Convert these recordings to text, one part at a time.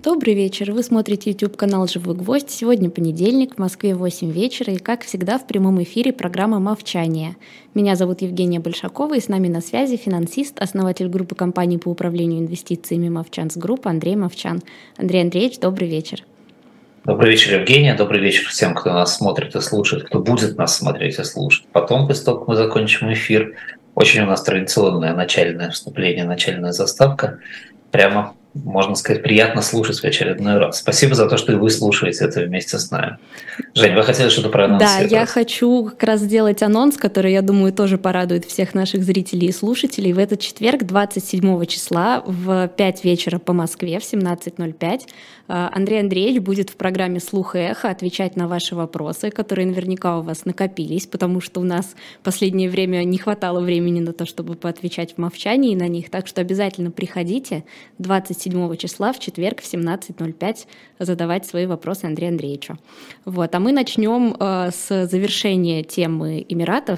Добрый вечер. Вы смотрите YouTube-канал «Живой гвоздь». Сегодня понедельник, в Москве 8 вечера, и, как всегда, в прямом эфире программа «Мовчание». Меня зовут Евгения Большакова, и с нами на связи финансист, основатель группы компаний по управлению инвестициями «Мовчанс Групп» Андрей Мовчан. Андрей Андреевич, добрый вечер. Добрый вечер, Евгения. Добрый вечер всем, кто нас смотрит и слушает, кто будет нас смотреть и слушать. Потом, после того, как мы закончим эфир, очень у нас традиционное начальное вступление, начальная заставка. Прямо, можно сказать, приятно слушать в очередной раз. Спасибо за то, что и вы слушаете это вместе с нами. Жень, вы хотели что-то проанонсировать? Да, я хочу как раз сделать анонс, который, я думаю, тоже порадует всех наших зрителей и слушателей. В этот четверг, 27 числа, в 5 вечера по Москве, в 17:05, Андрей Андреевич будет в программе «Слух и эхо» отвечать на ваши вопросы, которые наверняка у вас накопились, потому что у нас в последнее время не хватало времени на то, чтобы поотвечать в молчании на них. Так что обязательно приходите 27 числа в четверг в 17:05 задавать свои вопросы Андрею Андреевичу. Вот. А мы начнем с завершения темы Эмиратов.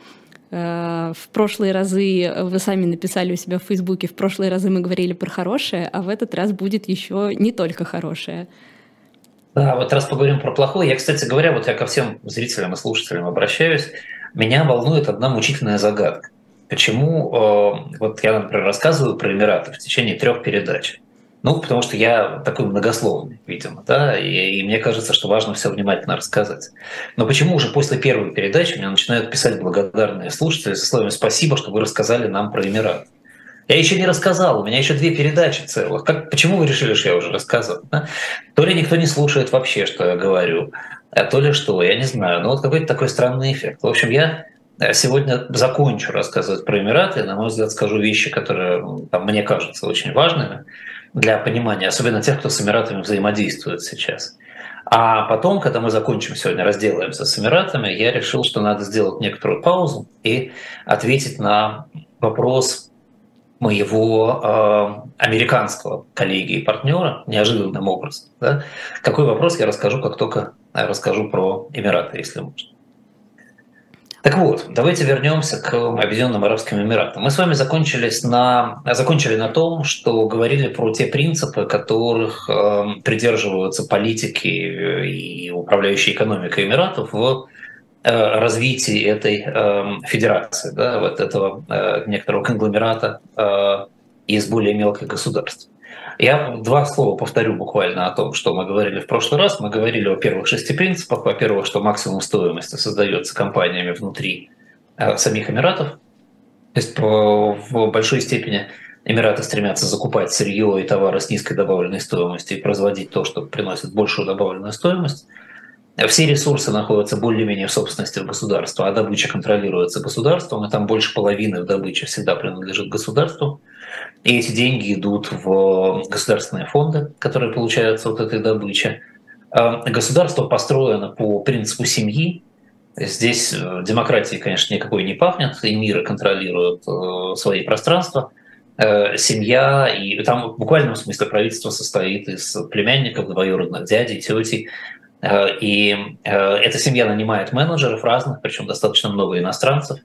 В прошлые разы, вы сами написали у себя в Фейсбуке, в прошлые разы мы говорили про хорошее, а в этот раз будет еще не только хорошее. Да, вот раз поговорим про плохое. Я, кстати говоря, вот я ко всем зрителям и слушателям обращаюсь. Меня волнует одна мучительная загадка. Почему, вот я, например, рассказываю про Эмираты в течение 3 передач. Ну, потому что я такой многословный, видимо, да, и мне кажется, что важно все внимательно рассказать. Но почему уже после первой передачи мне начинают писать благодарные слушатели со словами «спасибо, что вы рассказали нам про Эмираты». Я еще не рассказал, у меня еще 2 передачи целых. Почему вы решили, что я уже рассказывал? Да? То ли никто не слушает вообще, что я говорю, а то ли что, я не знаю. Но вот какой-то такой странный эффект. В общем, я сегодня закончу рассказывать про Эмираты, на мой взгляд, скажу вещи, которые мне кажутся очень важными для понимания, особенно тех, кто с Эмиратами взаимодействует сейчас. А потом, когда мы закончим сегодня, разделаемся с Эмиратами, я решил, что надо сделать некоторую паузу и ответить на вопрос моего американского коллеги и партнера неожиданным образом. Да? Какой вопрос я расскажу, как только расскажу про Эмираты, если можно. Так вот, давайте вернемся к Объединенным Арабским Эмиратам. Мы с вами закончили на том, что говорили про те принципы, которых придерживаются политики и управляющие экономикой Эмиратов в развитии этой федерации, да, вот этого некоторого конгломерата из более мелких государств. Я 2 слова повторю буквально о том, что мы говорили в прошлый раз. Мы говорили о первых 6 принципах. Во-первых, что максимум стоимости создается компаниями внутри самих Эмиратов. То есть в большой степени Эмираты стремятся закупать сырье и товары с низкой добавленной стоимостью и производить то, что приносит большую добавленную стоимость. Все ресурсы находятся более-менее в собственности государства, а добыча контролируется государством, и там больше половины добычи всегда принадлежит государству. И эти деньги идут в государственные фонды, которые получаются от этой добычи. Государство построено по принципу семьи. Здесь демократии, конечно, никакой не пахнет, и мир контролирует свои пространства. Семья, и там в буквальном смысле правительство состоит из племянников, двоюродных дядей, тетей. И эта семья нанимает менеджеров разных, причем достаточно много иностранцев.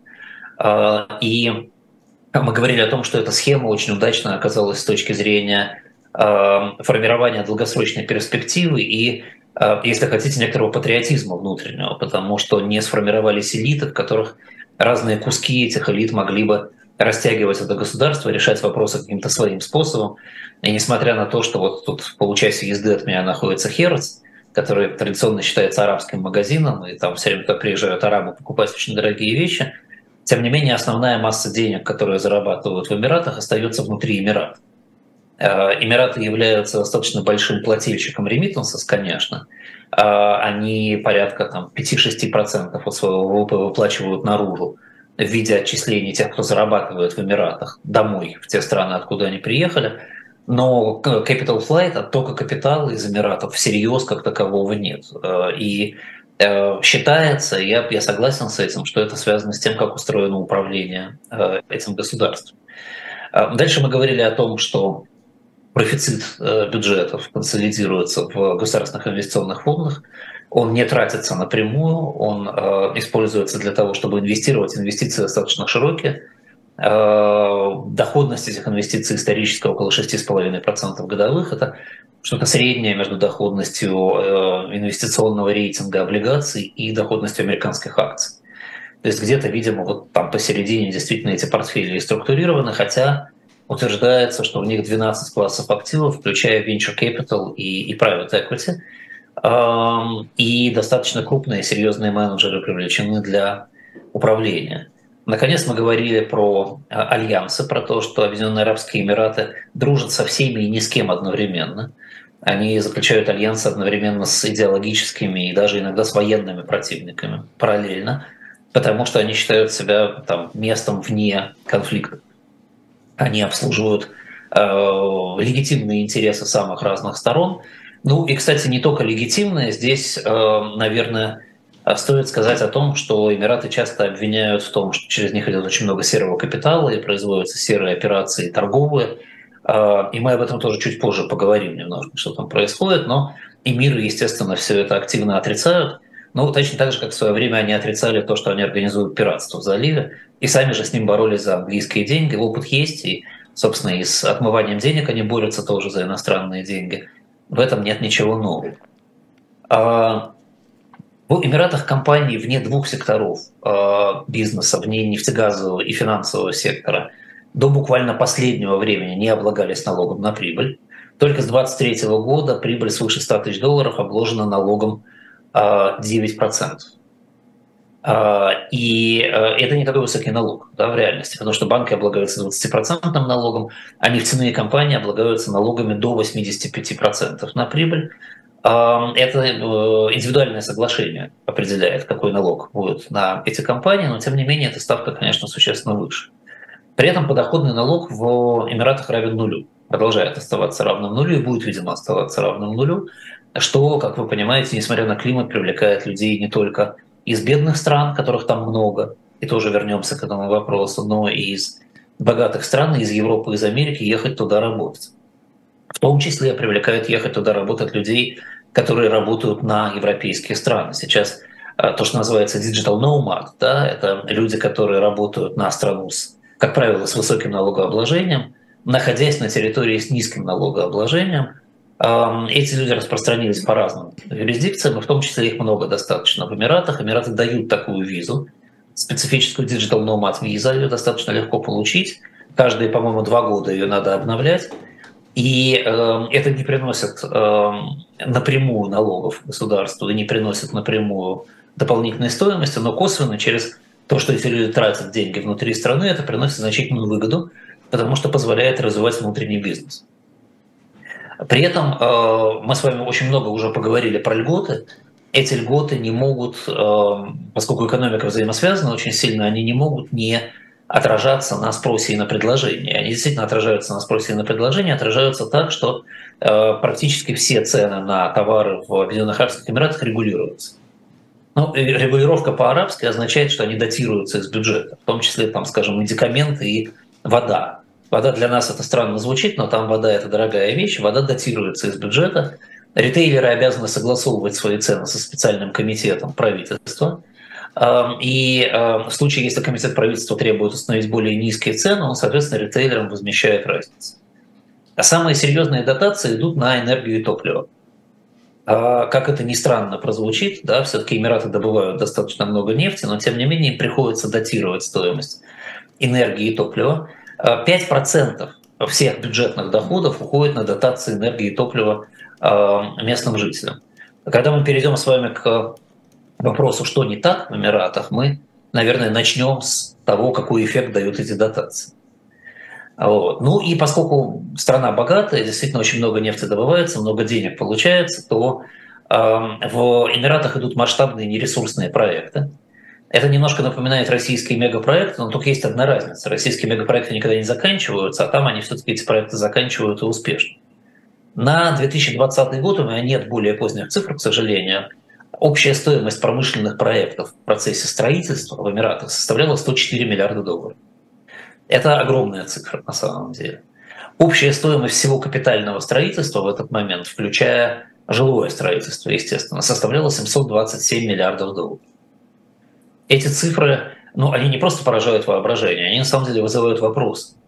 И мы говорили о том, что эта схема очень удачно оказалась с точки зрения формирования долгосрочной перспективы и, если хотите, некоторого патриотизма внутреннего, потому что не сформировались элиты, в которых разные куски этих элит могли бы растягивать это государство, решать вопросы каким-то своим способом. И несмотря на то, что вот тут в получасе езды от меня находится Херц, который традиционно считается арабским магазином, и там все время туда приезжают арабы покупать очень дорогие вещи, тем не менее основная масса денег, которые зарабатывают в Эмиратах, остается внутри Эмиратов. Эмираты являются достаточно большим плательщиком ремиттансов, конечно. Они порядка 5-6% от своего ВВП выплачивают наружу в виде отчислений тех, кто зарабатывает в Эмиратах, домой, в те страны, откуда они приехали. Но capital flight, оттока капитала из Эмиратов всерьез как такового нет. И считается, я согласен с этим, что это связано с тем, как устроено управление этим государством. Дальше мы говорили о том, что профицит бюджетов консолидируется в государственных инвестиционных фондах, он не тратится напрямую, он используется для того, чтобы инвестировать. Инвестиции достаточно широкие. доходность этих инвестиций историческая около 6,5% годовых. Это что-то среднее между доходностью инвестиционного рейтинга облигаций и доходностью американских акций. То есть где-то, видимо, вот там посередине действительно эти портфели структурированы, хотя утверждается, что у них 12 классов активов, включая venture capital и private equity, и достаточно крупные, серьезные менеджеры привлечены для управления. Наконец, мы говорили про альянсы, про то, что Объединенные Арабские Эмираты дружат со всеми и ни с кем одновременно. Они заключают альянсы одновременно с идеологическими и даже иногда с военными противниками параллельно, потому что они считают себя там местом вне конфликта. Они обслуживают легитимные интересы самых разных сторон. Ну и, кстати, не только легитимные. Здесь, наверное, стоит сказать о том, что Эмираты часто обвиняют в том, что через них идет очень много серого капитала и производятся серые операции торговые. И мы об этом тоже чуть позже поговорим немножко, что там происходит. Но эмиры, естественно, все это активно отрицают. Ну, точно так же, как в свое время они отрицали то, что они организуют пиратство в заливе, и сами же с ним боролись за английские деньги. Опыт есть, и, собственно, и с отмыванием денег они борются тоже за иностранные деньги. В этом нет ничего нового. В Эмиратах компании вне двух секторов бизнеса, вне нефтегазового и финансового сектора, до буквально последнего времени не облагались налогом на прибыль. Только с 2023 года прибыль свыше $100 тысяч обложена налогом 9%. И это не такой высокий налог, да, в реальности, потому что банки облагаются 20% налогом, а нефтяные компании облагаются налогами до 85% на прибыль. Это индивидуальное соглашение определяет, какой налог будет на эти компании, но тем не менее эта ставка, конечно, существенно выше. При этом подоходный налог в Эмиратах равен нулю, продолжает оставаться равным нулю и будет, видимо, оставаться равным нулю, что, как вы понимаете, несмотря на климат, привлекает людей не только из бедных стран, которых там много, и тоже вернемся к этому вопросу, но и из богатых стран, из Европы, из Америки ехать туда работать. В том числе привлекают ехать туда работать людей, которые работают на европейские страны. Сейчас то, что называется digital nomad, да, это люди, которые работают на страну, как правило, с высоким налогообложением, находясь на территории с низким налогообложением. Эти люди распространились по разным юрисдикциям, и в том числе их много достаточно в Эмиратах. Эмираты дают такую визу, специфическую Digital Nomad визу, ее достаточно легко получить. Каждые, по-моему, 2 года ее надо обновлять. И это не приносит напрямую налогов государству и не приносит напрямую дополнительной стоимости, но косвенно через то, что эти люди тратят деньги внутри страны, это приносит значительную выгоду, потому что позволяет развивать внутренний бизнес. При этом мы с вами очень много уже поговорили про льготы. Эти льготы не могут, поскольку экономика взаимосвязана очень сильно, они не могут не отражаться на спросе и на предложении. Они действительно отражаются на спросе и на предложении, отражаются так, что практически все цены на товары в Объединенных Арабских Эмиратах регулируются. Ну, регулировка по-арабски означает, что они датируются из бюджета, в том числе, там, скажем, медикаменты и вода. Вода для нас это странно звучит, но там вода – это дорогая вещь, вода датируется из бюджета. Ритейлеры обязаны согласовывать свои цены со специальным комитетом правительства. И в случае, если комитет правительства требует установить более низкие цены, он, соответственно, ритейлерам возмещает разницу. А самые серьезные дотации идут на энергию и топливо. Как это ни странно прозвучит, да, все-таки Эмираты добывают достаточно много нефти, но тем не менее им приходится датировать стоимость энергии и топлива. 5% всех бюджетных доходов уходит на дотации энергии и топлива местным жителям. Когда мы перейдем с вами к вопросу, что не так в Эмиратах, мы, наверное, начнем с того, какой эффект дают эти дотации. Вот. Ну и поскольку страна богатая, действительно очень много нефти добывается, много денег получается, то в Эмиратах идут масштабные нересурсные проекты. Это немножко напоминает российские мегапроекты, но только есть одна разница. Российские мегапроекты никогда не заканчиваются, а там они все-таки эти проекты заканчивают и успешно. На 2020 год у меня нет более поздних цифр, к сожалению. Общая стоимость промышленных проектов в процессе строительства в Эмиратах составляла $104 миллиарда. Это огромная цифра на самом деле. Общая стоимость всего капитального строительства в этот момент, включая жилое строительство, естественно, составляла $727 миллиардов. Эти цифры, ну, они не просто поражают воображение, они на самом деле вызывают вопрос.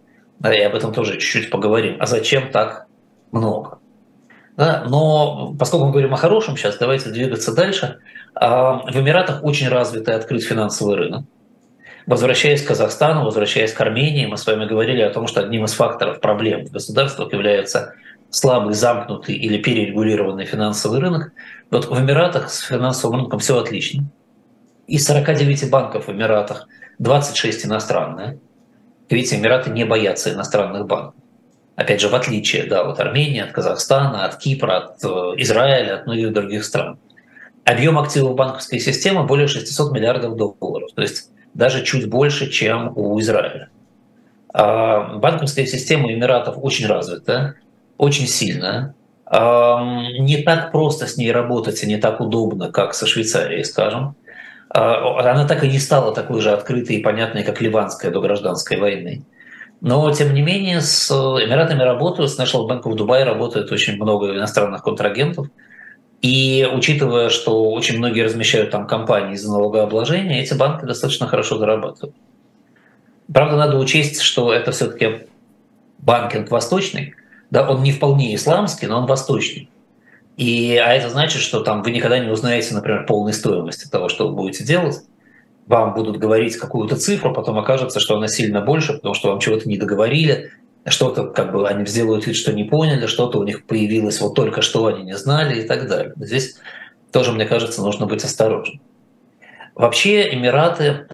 Да, и об этом тоже чуть-чуть поговорим. А зачем так много? Да, но поскольку мы говорим о хорошем сейчас, давайте двигаться дальше. В Эмиратах очень развитый открыт финансовый рынок. Возвращаясь к Казахстану, возвращаясь к Армении, мы с вами говорили о том, что одним из факторов проблем в государствах является слабый, замкнутый или перерегулированный финансовый рынок. Вот в Эмиратах с финансовым рынком все отлично. Из 49 банков в Эмиратах 26 иностранные. Видите, Эмираты не боятся иностранных банков. Опять же, в отличие от Армении, от Казахстана, от Кипра, от Израиля, от многих других стран. Объем активов банковской системы более 600 миллиардов долларов, то есть даже чуть больше, чем у Израиля. Банковская система Эмиратов очень развитая, очень сильная. Не так просто с ней работать и не так удобно, как со Швейцарией, скажем. Она так и не стала такой же открытой и понятной, как ливанская до гражданской войны. Но, тем не менее, с Эмиратами работают, с National Bank of Dubai работает очень много иностранных контрагентов. И учитывая, что очень многие размещают там компании из-за налогообложения, эти банки достаточно хорошо зарабатывают. Правда, надо учесть, что это все-таки банкинг восточный. Да, он не вполне исламский, но он восточный. А это значит, что там вы никогда не узнаете, например, полной стоимости того, что вы будете делать. Вам будут говорить какую-то цифру, потом окажется, что она сильно больше, потому что вам чего-то не договорили, что-то они сделают вид, что не поняли, что-то у них появилось вот только что, они не знали и так далее. Здесь тоже, мне кажется, нужно быть осторожным. Вообще Эмираты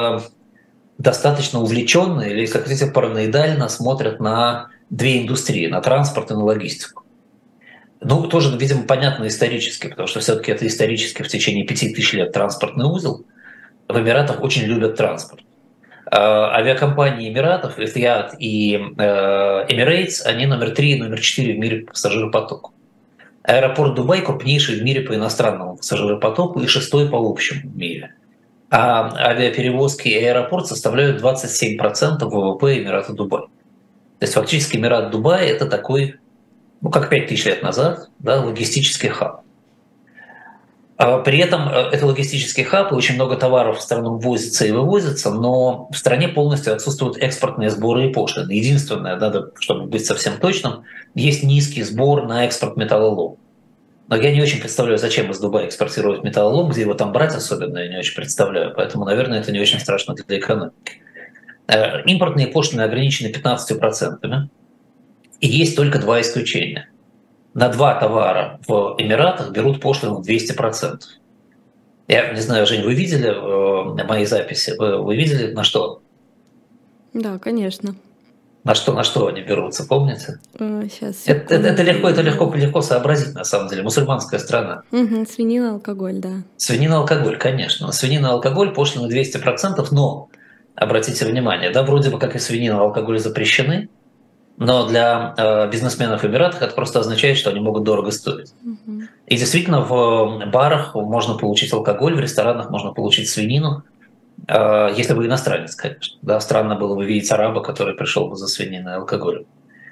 достаточно увлеченно или, как хотите, параноидально смотрят на две индустрии, на транспорт и на логистику. Ну, тоже, видимо, понятно исторически, потому что все-таки это исторически в течение 5000 лет транспортный узел. В Эмиратах очень любят транспорт. Авиакомпании Эмиратов, Etihad и Emirates, они номер 3 и номер 4 в мире по пассажиропотоку. Аэропорт Дубай крупнейший в мире по иностранному пассажиропотоку и 6-й по общему в мире. А авиаперевозки и аэропорт составляют 27% ВВП Эмирата Дубай. То есть фактически Эмират Дубай – это такой, как 5000 лет назад, логистический хаб. При этом это логистический хаб, и очень много товаров в страну ввозится и вывозится, но в стране полностью отсутствуют экспортные сборы и пошлины. Единственное, чтобы быть совсем точным, есть низкий сбор на экспорт металлолома. Но я не очень представляю, зачем из Дубая экспортировать металлолом, где его там брать особенно, я не очень представляю. Поэтому, наверное, это не очень страшно для экономики. Импортные пошлины ограничены 15%. И есть только два исключения. На 2 товара в Эмиратах берут пошлину в 200%. Я не знаю, Жень, вы видели мои записи? Вы видели на что? Да, конечно. На что они берутся, помните? Сейчас. Это легко сообразить, на самом деле. Мусульманская страна. Свинина, алкоголь, да. Свинина, алкоголь, конечно. На свинина, алкоголь пошлина 200%, но, обратите внимание, вроде бы как и свинина, алкоголь запрещены, но для бизнесменов в Эмиратах это просто означает, что они могут дорого стоить. И действительно, в барах можно получить алкоголь, в ресторанах можно получить свинину, если вы иностранец, конечно. Да, странно было бы видеть араба, который пришел бы за свининой и алкоголем.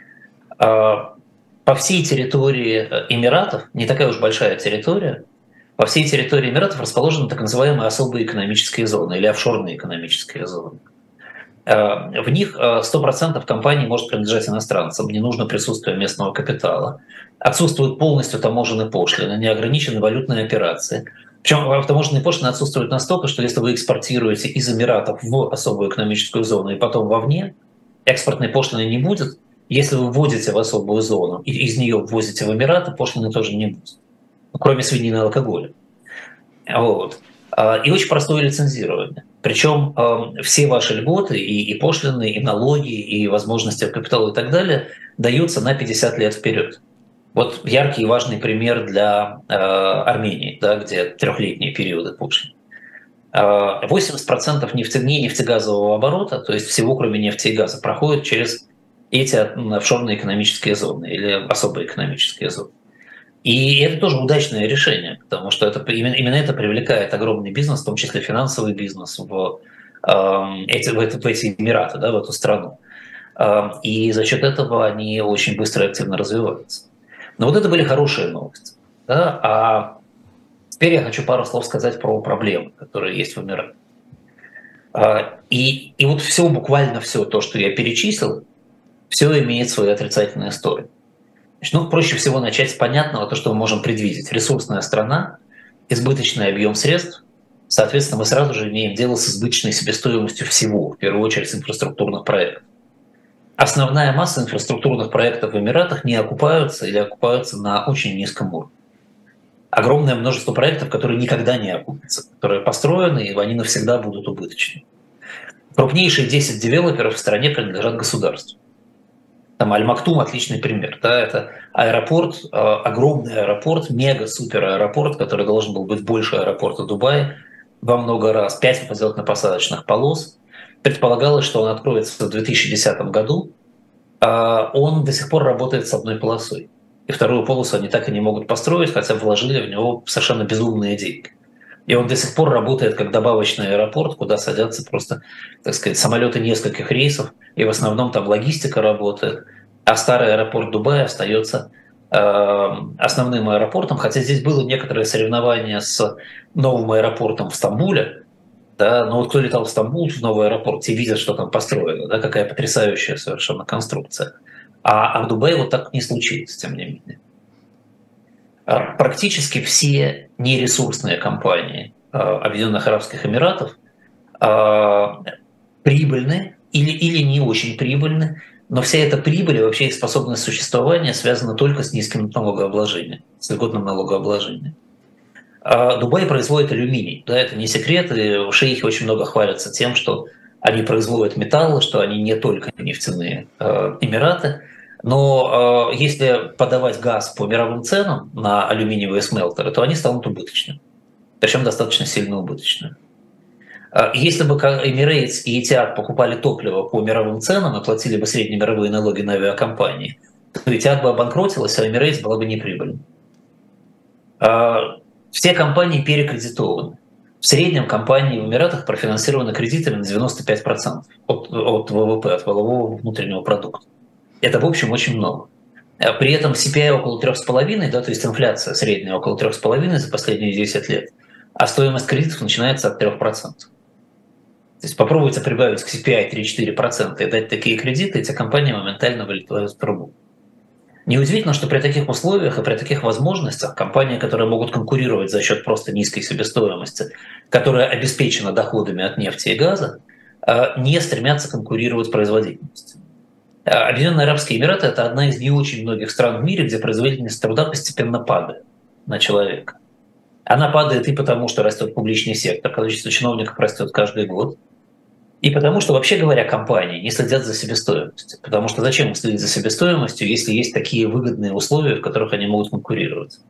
По всей территории Эмиратов, не такая уж большая территория, по всей территории Эмиратов расположены так называемые особые экономические зоны или офшорные экономические зоны. В них 100% компаний может принадлежать иностранцам, не нужно присутствие местного капитала. Отсутствуют полностью таможенные пошлины, неограничены валютные операции. Причем таможенные пошлины отсутствуют настолько, что если вы экспортируете из Эмиратов в особую экономическую зону и потом вовне, экспортной пошлины не будет. Если вы вводите в особую зону и из нее ввозите в Эмираты, пошлины тоже не будет, кроме свинины и алкоголя. Вот. И очень простое лицензирование. Причем все ваши льготы, и пошлины, и налоги, и возможности капитала и так далее даются на 50 лет вперед. Вот яркий и важный пример для Армении, где 3-летние периоды пошлин. 80% нефтегазового оборота, то есть всего кроме нефти и газа, проходит через эти офшорные экономические зоны или особые экономические зоны. И это тоже удачное решение, потому что именно это привлекает огромный бизнес, в том числе финансовый бизнес, в эти Эмираты, в эту страну. И за счет этого они очень быстро и активно развиваются. Но вот это были хорошие новости. Да? А теперь я хочу пару слов сказать про проблемы, которые есть в Эмиратах. И вот буквально все то, что я перечислил, Все имеет свои отрицательные стороны. Значит, проще всего начать с понятного, то, что мы можем предвидеть. Ресурсная страна, избыточный объем средств, соответственно, мы сразу же имеем дело с избыточной себестоимостью всего, в первую очередь с инфраструктурных проектов. Основная масса инфраструктурных проектов в Эмиратах не окупаются или окупаются на очень низком уровне. Огромное множество проектов, которые никогда не окупятся, которые построены, и они навсегда будут убыточны. Крупнейшие 10 девелоперов в стране принадлежат государству. Там Аль-Мактум отличный пример. Да, это аэропорт, огромный аэропорт, мега-супер аэропорт, который должен был быть больше аэропорта Дубая во много раз, 5 взлетно-посадочных полос. Предполагалось, что он откроется в 2010 году, а он до сих пор работает с одной полосой. И вторую полосу они так и не могут построить, хотя вложили в него совершенно безумные деньги. И он до сих пор работает как добавочный аэропорт, куда садятся просто, так сказать, самолеты нескольких рейсов, и в основном там логистика работает, а старый аэропорт Дубая остается основным аэропортом, хотя здесь было некоторое соревнование с новым аэропортом в Стамбуле, да, но вот кто летал в Стамбул, в новый аэропорт, те видят, что там построено, да, какая потрясающая совершенно конструкция. А в Дубае вот так не случилось, тем не менее. Практически все нересурсные компании Объединенных Арабских Эмиратов прибыльны или не очень прибыльны, но вся эта прибыль и вообще их способность существования связана только с низким налогообложением, с льготным налогообложением. Дубай производит алюминий, да, это не секрет, и шейхи очень много хвалятся тем, что они производят металлы, что они не только нефтяные Эмираты. Но если подавать газ по мировым ценам на алюминиевые смелтеры, то они станут убыточными, причем достаточно сильно убыточными. Если бы Emirates и Etihad покупали топливо по мировым ценам и платили бы среднемировые налоги на авиакомпании, то Etihad бы обанкротилась, а Emirates была бы неприбыльной. Все компании перекредитованы. В среднем компании в Эмиратах профинансированы кредитами на 95% от ВВП, от валового внутреннего продукта. Это, в общем, очень много. При этом CPI около 3,5, да, то есть инфляция средняя около 3,5 за последние 10 лет, а стоимость кредитов начинается от 3%. То есть попробуйте прибавить к CPI 3-4% и дать такие кредиты, эти компании моментально вылетают в трубу. Неудивительно, что при таких условиях и при таких возможностях компании, которые могут конкурировать за счет просто низкой себестоимости, которая обеспечена доходами от нефти и газа, не стремятся конкурировать с производительностью. Объединенные Арабские Эмираты – это одна из не очень многих стран в мире, где производительность труда постепенно падает на человека. Она падает и потому, что растет публичный сектор, количество чиновников растет каждый год, и потому что, вообще говоря, компании не следят за себестоимостью. Потому что зачем им следить за себестоимостью, если есть такие выгодные условия, в которых они могут конкурировать?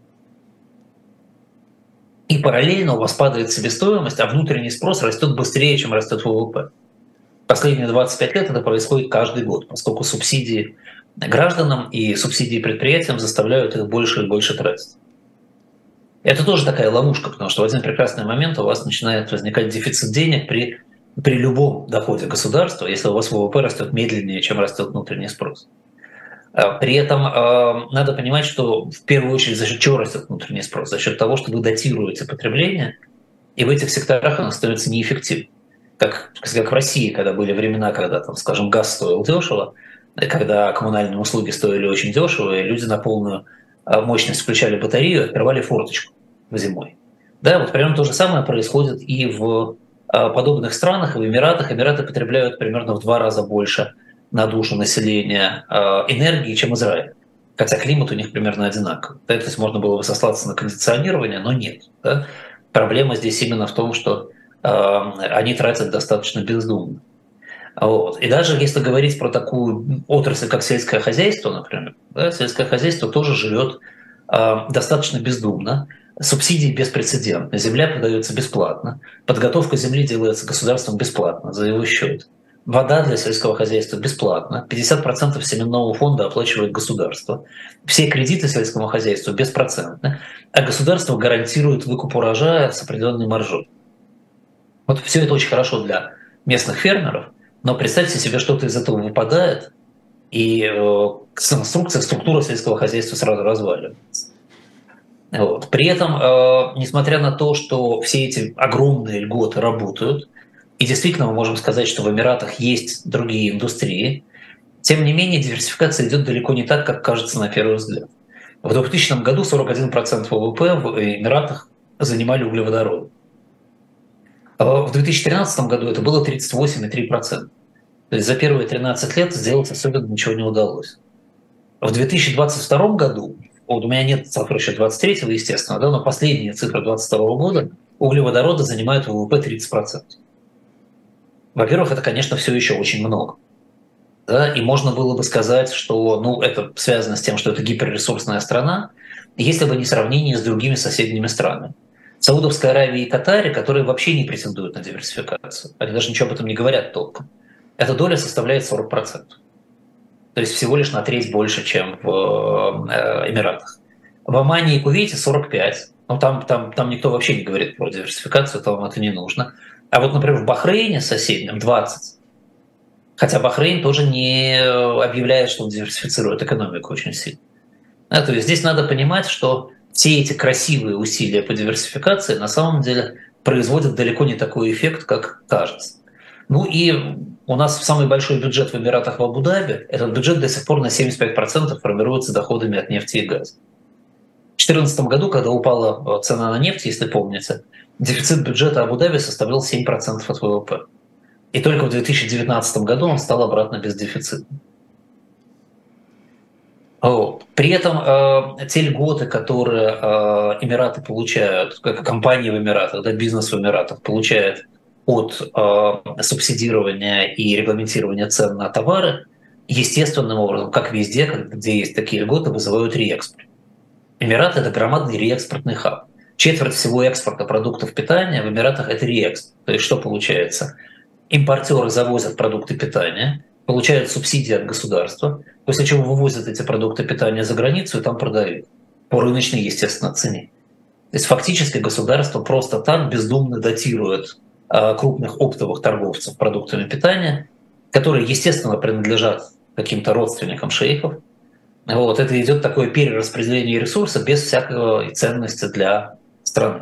И параллельно у вас падает себестоимость, а внутренний спрос растет быстрее, чем растет ВВП. Последние 25 лет это происходит каждый год, поскольку субсидии гражданам и субсидии предприятиям заставляют их больше и больше тратить. Это тоже такая ловушка, потому что в один прекрасный момент у вас начинает возникать дефицит денег при любом доходе государства, если у вас ВВП растет медленнее, чем растет внутренний спрос. При этом надо понимать, что в первую очередь за счет чего растет внутренний спрос? За счет того, что вы датируете потребление, и в этих секторах оно становится неэффективным. Как в России, когда были времена, когда, там, скажем, газ стоил дешево, когда коммунальные услуги стоили очень дешево, и люди на полную мощность включали батарею и открывали форточку зимой. Да, вот примерно то же самое происходит и в подобных странах, и в Эмиратах. Эмираты потребляют примерно в 2 раза больше на душу населения энергии, чем Израиль. Хотя климат у них примерно одинаковый. Да, то есть можно было бы сослаться на кондиционирование, но нет. Да. Проблема здесь именно в том, что они тратят достаточно бездумно. Вот. И даже если говорить про такую отрасль, как сельское хозяйство, например, да, сельское хозяйство тоже живет достаточно бездумно, субсидии беспрецедентны, земля продается бесплатно, подготовка земли делается государством бесплатно за его счет, вода для сельского хозяйства бесплатна, 50% семенного фонда оплачивает государство, все кредиты сельскому хозяйству беспроцентны, а государство гарантирует выкуп урожая с определенной маржой. Вот все это очень хорошо для местных фермеров, но представьте себе, что-то из этого выпадает, и структура сельского хозяйства сразу разваливается. Вот. При этом, несмотря на то, что все эти огромные льготы работают, и действительно мы можем сказать, что в Эмиратах есть другие индустрии, Тем не менее, диверсификация идет далеко не так, как кажется на первый взгляд. В 2000 году 41% ВВП в Эмиратах занимали углеводороды. В 2013 году это было 38,3%. То есть за первые 13 лет сделать особенно ничего не удалось. В 2022 году, вот у меня нет цифр еще 23-го, естественно, да, но последние цифры 2022 года, углеводороды занимают в ВВП 30%. Во-первых, это, конечно, все еще очень много. Да, и можно было бы сказать, что это связано с тем, что это гиперресурсная страна, если бы не сравнение с другими соседними странами. Саудовская Аравия и Катаре, которые вообще не претендуют на диверсификацию, они даже ничего об этом не говорят толком, эта доля составляет 40%. То есть всего лишь на треть больше, чем в Эмиратах. В Омане и Кувейте 45%. Но там никто вообще не говорит про диверсификацию, то вам это не нужно. А вот, например, в Бахрейне соседнем 20%. Хотя Бахрейн тоже не объявляет, что он диверсифицирует экономику очень сильно. Да, то есть здесь надо понимать, что все эти красивые усилия по диверсификации на самом деле производят далеко не такой эффект, как кажется. Ну и у нас самый большой бюджет в Эмиратах в Абу-Даби. Этот бюджет до сих пор на 75% формируется доходами от нефти и газа. В 2014 году, когда упала цена на нефть, если помните, дефицит бюджета Абу-Даби составлял 7% от ВВП. И только в 2019 году он стал обратно бездефицитным. При этом те льготы, которые Эмираты получают, как компании в Эмиратах, да, бизнес в Эмиратах получает от субсидирования и регламентирования цен на товары, естественным образом, как везде, где есть такие льготы, вызывают реэкспорт. Эмираты – это громадный реэкспортный хаб. Четверть всего экспорта продуктов питания в Эмиратах – это реэкспорт. То есть что получается? Импортеры завозят продукты питания, получают субсидии от государства, после чего вывозят эти продукты питания за границу и там продают по рыночной, естественно, цене. То есть фактически государство просто так бездумно датирует крупных оптовых торговцев продуктами питания, которые, естественно, принадлежат каким-то родственникам шейхов. Вот, это идет такое перераспределение ресурсов без всякой ценности для страны.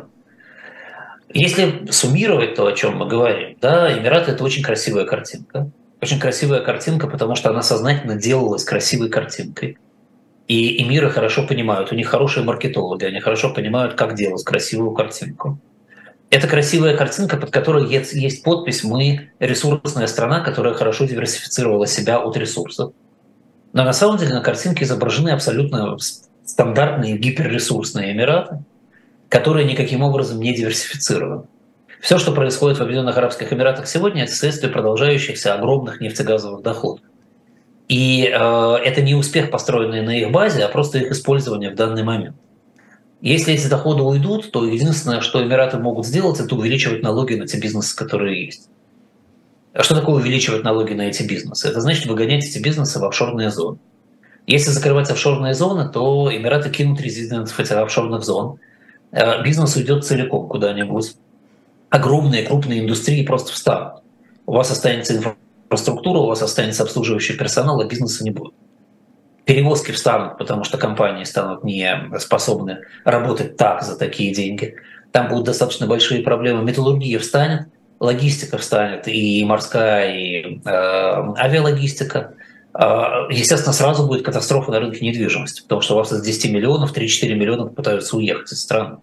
Если суммировать то, о чем мы говорим, да, Эмираты – это очень красивая картинка. Очень красивая картинка, потому что она сознательно делалась красивой картинкой. И эмиры хорошо понимают, у них хорошие маркетологи, они хорошо понимают, как делать красивую картинку. Это красивая картинка, под которой есть подпись «Мы ресурсная страна, которая хорошо диверсифицировала себя от ресурсов». Но на самом деле на картинке изображены абсолютно стандартные гиперресурсные Эмираты, которые никаким образом не диверсифицированы. Все, что происходит в Объединенных Арабских Эмиратах сегодня, это следствие продолжающихся огромных нефтегазовых доходов. И это не успех, построенный на их базе, а просто их использование в данный момент. Если эти доходы уйдут, то единственное, что Эмираты могут сделать, это увеличивать налоги на те бизнесы, которые есть. А что такое увеличивать налоги на эти бизнесы? Это значит выгонять эти бизнесы в офшорные зоны. Если закрывать офшорные зоны, то Эмираты кинут резидентов этих офшорных зон. Бизнес уйдет целиком куда-нибудь. Огромные крупные индустрии просто встанут. У вас останется инфраструктура, у вас останется обслуживающий персонал, а бизнеса не будет. Перевозки встанут, потому что компании станут не способны работать так за такие деньги. Там будут достаточно большие проблемы. Металлургия встанет, логистика встанет, и морская, и авиалогистика. Естественно, сразу будет катастрофа на рынке недвижимости, потому что у вас из 10 миллионов 3-4 миллиона пытаются уехать из страны.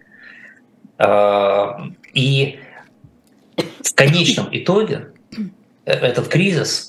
И в конечном итоге этот кризис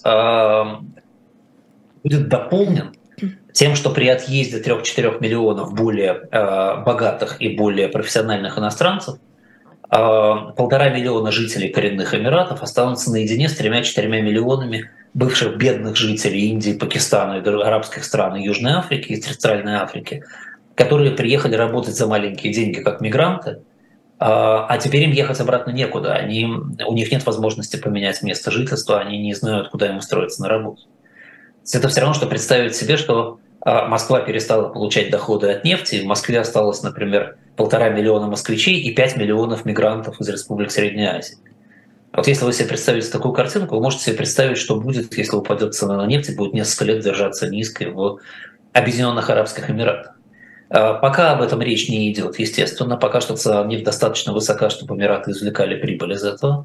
будет дополнен тем, что при отъезде 3-4 миллионов более богатых и более профессиональных иностранцев 1,5 миллиона жителей коренных Эмиратов останутся наедине с 3-4 миллионами бывших бедных жителей Индии, Пакистана и арабских стран, и Южной Африки и Центральной Африки, которые приехали работать за маленькие деньги как мигранты, а теперь им ехать обратно некуда. У них нет возможности поменять место жительства, они не знают, куда им устроиться на работу. Это все равно, что представить себе, что Москва перестала получать доходы от нефти, и в Москве осталось, например, 1,5 миллиона москвичей и 5 миллионов мигрантов из республик Средней Азии. Вот если вы себе представите такую картинку, вы можете себе представить, что будет, если упадет цена на нефть и будет несколько лет держаться низкой в Объединенных Арабских Эмиратах. Пока об этом речь не идет, естественно, пока что цена нефти достаточно высока, чтобы Эмираты извлекали прибыль из этого.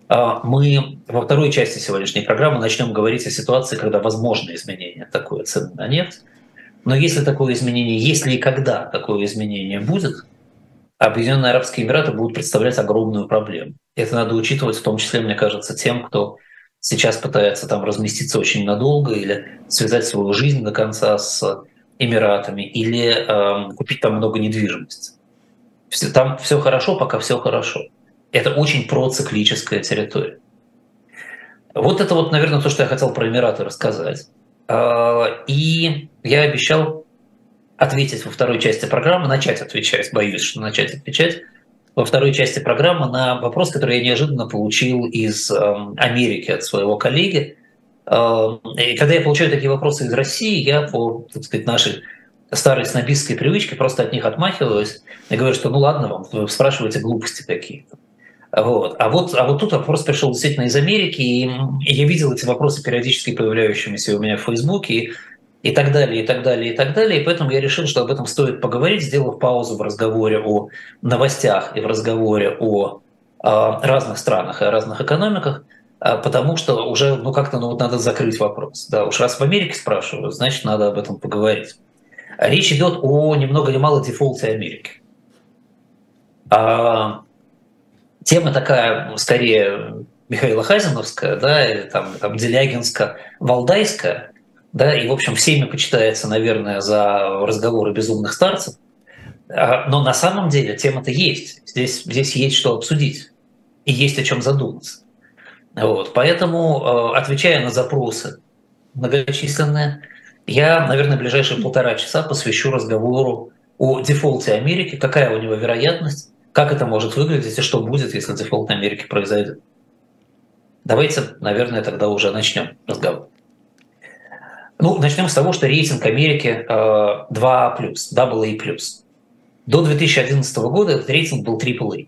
Мы во второй части сегодняшней программы начнем говорить о ситуации, когда возможно изменение такой цены на нефть. Но если такое изменение, если и когда такое изменение будет, Объединенные Арабские Эмираты будут представлять огромную проблему. Это надо учитывать в том числе, мне кажется, тем, кто сейчас пытается там разместиться очень надолго или связать свою жизнь до конца с Эмиратами, или купить там много недвижимости. Там все хорошо, пока все хорошо. Это очень проциклическая территория. Вот это вот, наверное, то, что я хотел про Эмираты рассказать. И я обещал ответить во второй части программы, начать отвечать, боюсь, что начать отвечать во второй части программы на вопрос, который я неожиданно получил из Америки от своего коллеги. И когда я получаю такие вопросы из России, я по, так сказать, нашей старой снобистской привычке просто от них отмахиваюсь и говорю, что ну ладно вам, вы спрашиваете глупости какие-то. Вот. А вот тут вопрос пришел действительно из Америки, и я видел эти вопросы периодически появляющимися у меня в Фейсбуке, и так далее, и так далее, и так далее. И поэтому я решил, что об этом стоит поговорить, сделав паузу в разговоре о новостях и в разговоре о разных странах и о разных экономиках, потому что уже как-то надо закрыть вопрос. Да, уж раз в Америке спрашивают, значит, надо об этом поговорить. Речь идет о ни много ни мало дефолте Америки. Тема такая, скорее, Михаила Хазиновская, да, или там Делягинско-Валдайская, да, и, в общем, всеми почитается, наверное, за разговоры безумных старцев. Но на самом деле тема-то есть. Здесь есть что обсудить и есть о чем задуматься. Вот. Поэтому, отвечая на запросы многочисленные, я, наверное, ближайшие 1,5 часа посвящу разговору о дефолте Америки, какая у него вероятность, как это может выглядеть и что будет, если дефолт Америки произойдет. Давайте, наверное, тогда уже начнем разговор. Начнем с того, что рейтинг Америки 2+, AA+. До 2011 года этот рейтинг был AAA.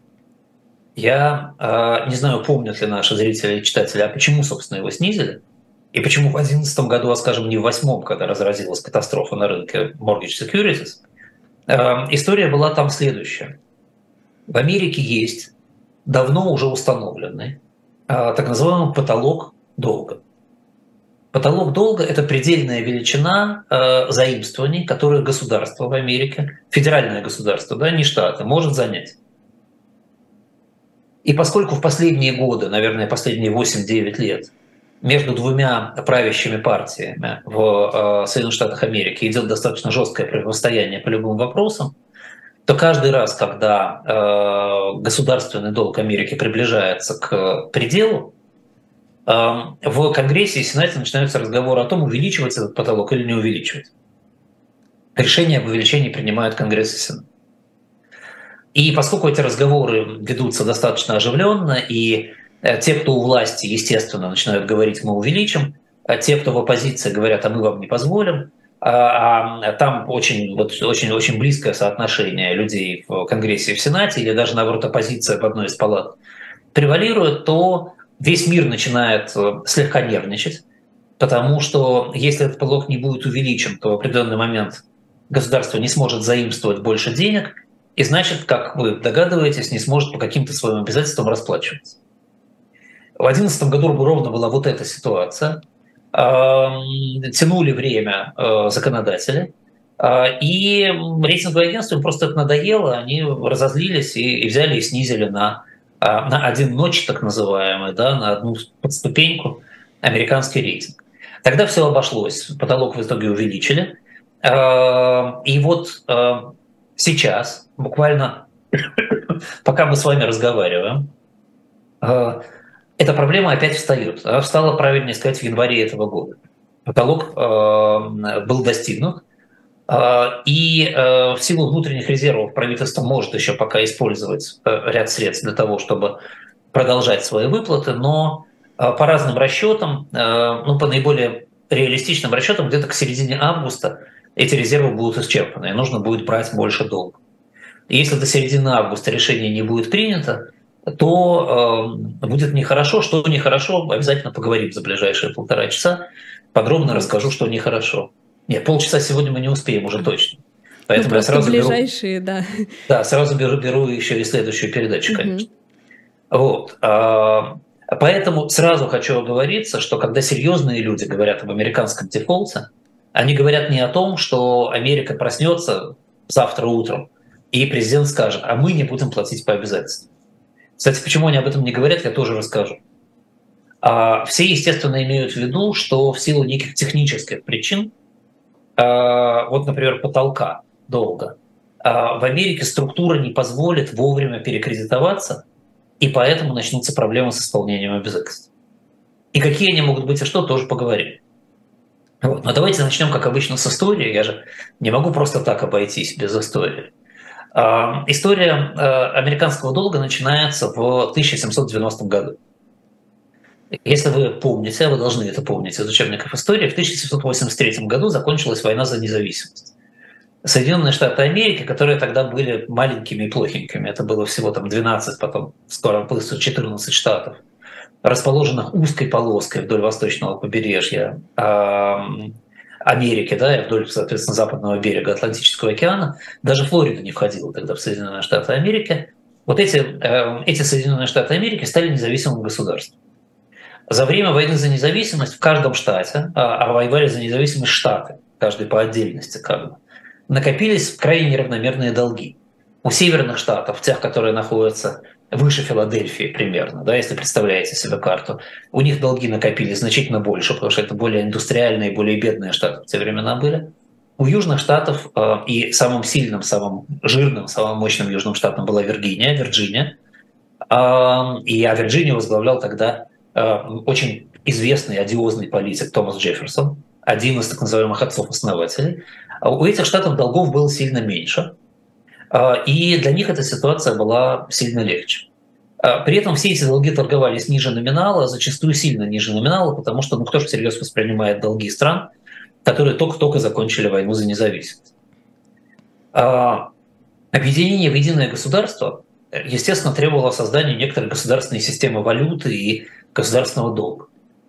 Я не знаю, помнят ли наши зрители и читатели, а почему, собственно, его снизили, и почему в 2011 году, а скажем, не в 2008, когда разразилась катастрофа на рынке Mortgage Securities. История была там следующая. В Америке есть давно уже установленный так называемый потолок долга. Потолок долга – это предельная величина заимствований, которые государство в Америке, федеральное государство, да, не штаты, может занять. И поскольку в последние годы, наверное, последние 8-9 лет, между двумя правящими партиями в Соединенных Штатах Америки идет достаточно жесткое противостояние по любым вопросам, то каждый раз, когда государственный долг Америки приближается к пределу, в Конгрессе и Сенате начинаются разговоры о том, увеличивать этот потолок или не увеличивать. Решение об увеличении принимают Конгресс и Сенат. И поскольку эти разговоры ведутся достаточно оживленно, и те, кто у власти, естественно, начинают говорить, мы увеличим, а те, кто в оппозиции, говорят, а мы вам не позволим, там очень близкое соотношение людей в Конгрессе и в Сенате, или даже, наоборот, оппозиция в одной из палат превалирует, то весь мир начинает слегка нервничать, потому что если этот потолок не будет увеличен, то в определенный момент государство не сможет заимствовать больше денег, и значит, как вы догадываетесь, не сможет по каким-то своим обязательствам расплачиваться. В 2011 году ровно была вот эта ситуация. Тянули время законодатели, и рейтинговые агентства им просто это надоело, они разозлились и взяли и снизили на один нотч, так называемый, да, на одну подступеньку американский рейтинг. Тогда все обошлось, потолок в итоге увеличили. И вот сейчас, буквально пока мы с вами разговариваем, эта проблема опять встает. Она встала, правильнее сказать, в январе этого года. Потолок был достигнут, и в силу внутренних резервов правительство может еще пока использовать ряд средств для того, чтобы продолжать свои выплаты, но по разным расчетам, по наиболее реалистичным расчетам, где-то к середине августа эти резервы будут исчерпаны, и нужно будет брать больше долга. И если до середины августа решение не будет принято, то будет нехорошо. Что нехорошо, обязательно поговорим за ближайшие 1,5 часа. Подробно расскажу, что нехорошо. Нет, полчаса сегодня мы не успеем уже точно. Поэтому я сразу ближайшие, беру, да, сразу беру еще и следующую передачу, конечно. Вот. Поэтому сразу хочу оговориться, что когда серьезные люди говорят об американском дефолте, они говорят не о том, что Америка проснется завтра утром, и президент скажет, а мы не будем платить по обязательствам. Кстати, почему они об этом не говорят, я тоже расскажу. Все, естественно, имеют в виду, что в силу неких технических причин, вот, например, потолка долга, в Америке структура не позволит вовремя перекредитоваться, и поэтому начнутся проблемы с исполнением обязательств. И какие они могут быть, и что, тоже поговорим. Вот. Но давайте начнем, как обычно, с истории. Я же не могу просто так обойтись без истории. История американского долга начинается в 1790 году. Если вы помните, вы должны это помнить из учебников истории, в 1783 году закончилась война за независимость. Соединенные Штаты Америки, которые тогда были маленькими и плохенькими, это было всего там 12, потом скоро будет 14 штатов, расположенных узкой полоской вдоль восточного побережья Америки, да, и вдоль, соответственно, западного берега Атлантического океана. Даже Флорида не входила тогда в Соединенные Штаты Америки. Вот эти Соединенные Штаты Америки стали независимым государством. За время войны за независимость в каждом штате, а воевали за независимость штаты, каждый по отдельности как бы, накопились крайне неравномерные долги. У северных штатов, тех, которые находятся выше Филадельфии примерно, да, если представляете себе карту, у них долги накопились значительно больше, потому что это более индустриальные, более бедные штаты в те времена были. У южных штатов и самым сильным, самым жирным, самым мощным южным штатом была Вирджиния, и Вирджинию возглавлял тогда очень известный, одиозный политик Томас Джефферсон, один из так называемых отцов-основателей. У этих штатов долгов было сильно меньше, и для них эта ситуация была сильно легче. При этом все эти долги торговались ниже номинала, зачастую сильно ниже номинала, потому что кто же всерьез воспринимает долги стран, которые только-только закончили войну за независимость. Объединение в единое государство, естественно, требовало создания некоторой государственной системы валюты и государственного долга.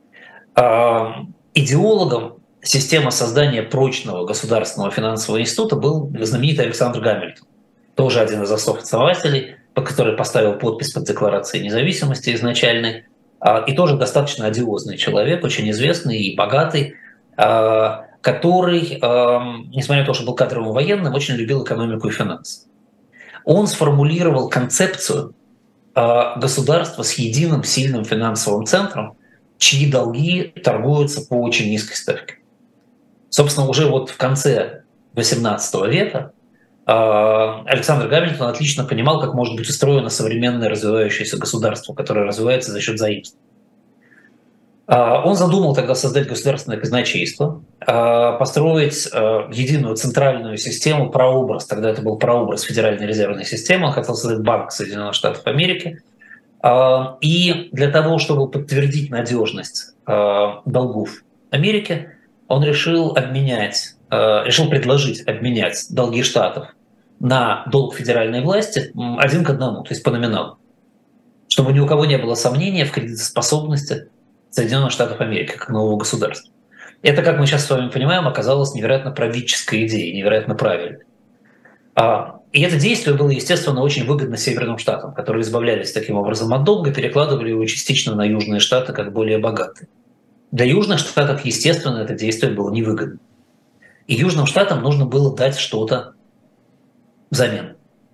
Идеологом системы создания прочного государственного финансового института был знаменитый Александр Гамильтон, тоже один из отцов-основателей, который поставил подпись под Декларацией независимости изначальной, и тоже достаточно одиозный человек, очень известный и богатый, который, несмотря на то, что был кадровым военным, очень любил экономику и финансы. Он сформулировал концепцию государства с единым сильным финансовым центром, чьи долги торгуются по очень низкой ставке. Собственно, уже вот в конце XVIII века Александр Гамильтон отлично понимал, как может быть устроено современное развивающееся государство, которое развивается за счет заимств. Он задумал тогда создать государственное казначейство, построить единую центральную систему, прообраз, тогда это был прообраз Федеральной резервной системы, он хотел создать Банк Соединенных Штатов Америки. И для того, чтобы подтвердить надежность долгов Америки, он решил предложить обменять долги штатов на долг федеральной власти 1 к 1, то есть по номиналу, чтобы ни у кого не было сомнения в кредитоспособности Соединенных Штатов Америки как нового государства. Это, как мы сейчас с вами понимаем, оказалось невероятно правительской идеей, невероятно правильной. И это действие было, естественно, очень выгодно Северным Штатам, которые избавлялись таким образом от долга, перекладывали его частично на Южные Штаты как более богатые. Для Южных Штатов, естественно, это действие было невыгодно. И Южным Штатам нужно было дать что-то взамен.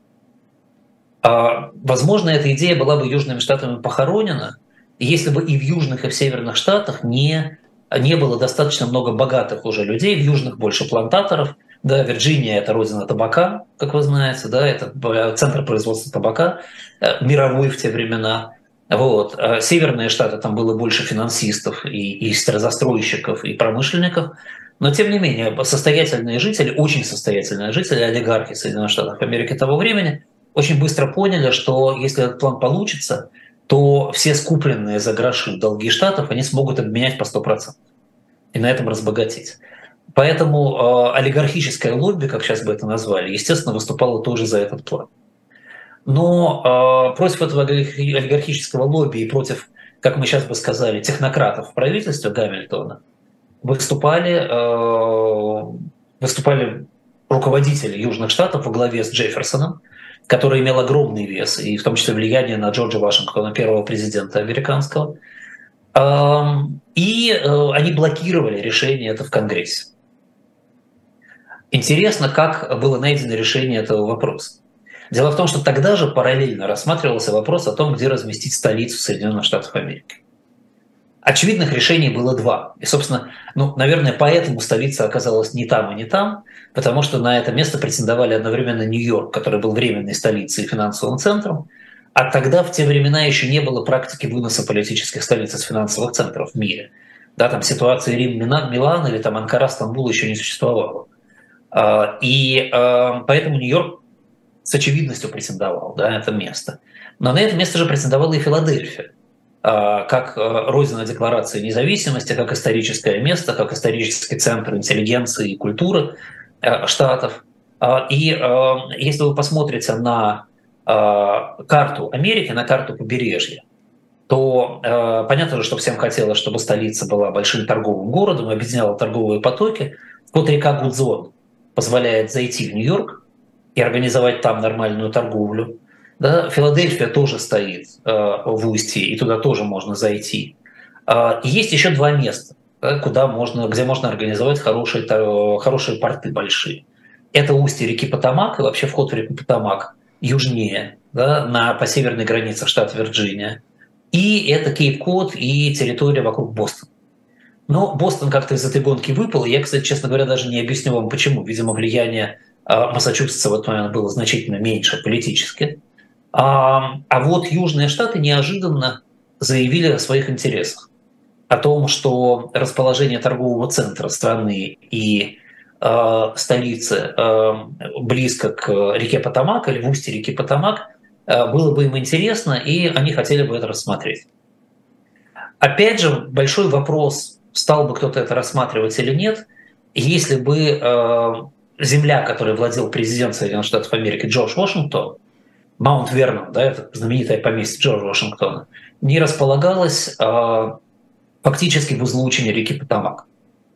Возможно, эта идея была бы Южными Штатами похоронена, если бы и в Южных, и в Северных Штатах не было достаточно много богатых уже людей, в Южных больше плантаторов. Да, Вирджиния – это родина табака, как вы знаете, да, это центр производства табака, мировой в те времена. Вот. Северные штаты, там было больше финансистов и застройщиков, и промышленников. Но, тем не менее, состоятельные жители, очень состоятельные жители, олигархи Соединенных Штатов Америки того времени, очень быстро поняли, что если этот план получится, то все скупленные за гроши долги штатов они смогут обменять по 100% и на этом разбогатеть. Поэтому олигархическое лобби, как сейчас бы это назвали, естественно, выступало тоже за этот план. Но против этого олигархического лобби и против, как мы сейчас бы сказали, технократов в правительстве Гамильтона выступали руководители Южных Штатов во главе с Джефферсоном, который имел огромный вес, и в том числе влияние на Джорджа Вашингтона, первого президента американского. И они блокировали решение это в Конгрессе. Интересно, как было найдено решение этого вопроса. Дело в том, что тогда же параллельно рассматривался вопрос о том, где разместить столицу Соединенных Штатов Америки. Очевидных решений было два. И, собственно, наверное, поэтому столица оказалась не там и не там, потому что на это место претендовали одновременно Нью-Йорк, который был временной столицей и финансовым центром, а тогда в те времена еще не было практики выноса политических столиц из финансовых центров в мире. Да, там ситуации Рим-Милан или там Анкара-Стамбул еще не существовало. И поэтому Нью-Йорк с очевидностью претендовал на это место. Но на это место же претендовала и Филадельфия, как родина Декларации независимости, как историческое место, как исторический центр интеллигенции и культуры Штатов. И если вы посмотрите на карту Америки, на карту побережья, то понятно же, что всем хотелось, чтобы столица была большим торговым городом, объединяла торговые потоки. Вот река Гудзон позволяет зайти в Нью-Йорк и организовать там нормальную торговлю. Да? Филадельфия тоже стоит в устье, и туда тоже можно зайти. И есть еще два места, да, где можно организовать хорошие порты большие. Это устье реки Потомак, и вообще вход в реку Потомак южнее, да, по северной границе штата Вирджиния. И это Кейп-Код и территория вокруг Бостона. Но Бостон как-то из этой гонки выпал, и я, кстати, честно говоря, даже не объясню вам почему. Видимо, влияние Массачусетса в этот момент было значительно меньше политически. А вот Южные Штаты неожиданно заявили о своих интересах. О том, что расположение торгового центра страны и столицы близко к реке Потомак или в устье реки Потомак было бы им интересно, и они хотели бы это рассмотреть. Опять же, большой вопрос, стал бы кто-то это рассматривать или нет, если бы земля, которой владел президент Соединенных Штатов Америки Джордж Вашингтон, Маунт Вернон, да, это знаменитое поместье Джорджа Вашингтона, не располагалась фактически в излучине реки Потомак.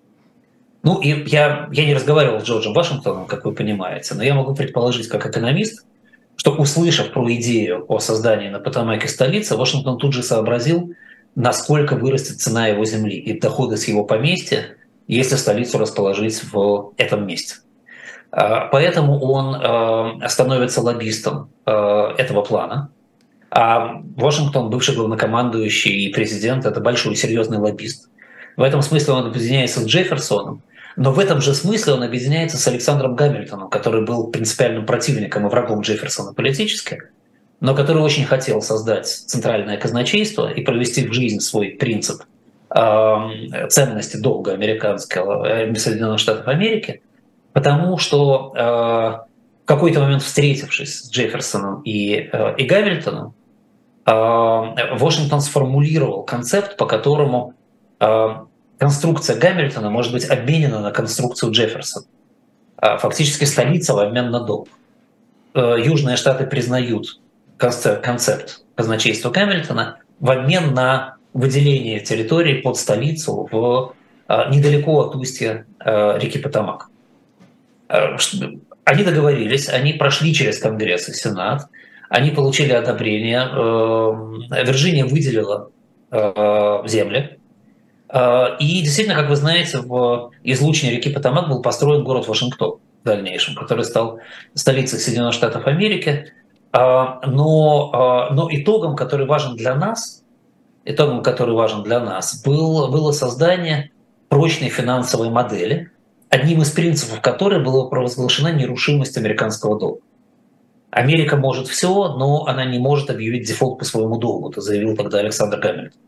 И я не разговаривал с Джорджем Вашингтоном, как вы понимаете, но я могу предположить, как экономист, что, услышав про идею о создании на Потомаке столицы, Вашингтон тут же сообразил, насколько вырастет цена его земли и доходы с его поместья, если столицу расположить в этом месте. Поэтому он становится лоббистом этого плана. А Вашингтон, бывший главнокомандующий и президент, это большой серьезный лоббист. В этом смысле он объединяется с Джефферсоном, но в этом же смысле он объединяется с Александром Гамильтоном, который был принципиальным противником и врагом Джефферсона политически, но который очень хотел создать центральное казначейство и провести в жизнь свой принцип ценности долга американского Соединенных Штатов Америки, потому что в какой-то момент, встретившись с Джефферсоном и Гамильтоном, Вашингтон сформулировал концепт, по которому конструкция Гамильтона может быть обменена на конструкцию Джефферсона. Фактически столица в обмен на долг. Южные Штаты признают концепт казначейства Гамильтона в обмен на выделение территории под столицу недалеко от устья реки Потомак. Они договорились, они прошли через Конгресс и Сенат, они получили одобрение, Вирджиния выделила земли. И действительно, как вы знаете, в излучине реки Потомак был построен город Вашингтон в дальнейшем, который стал столицей Соединенных Штатов Америки. Но итогом, который важен для нас, было создание прочной финансовой модели, одним из принципов которой была провозглашена нерушимость американского долга. Америка может все, но она не может объявить дефолт по своему долгу, это заявил тогда Александр Гамильтон.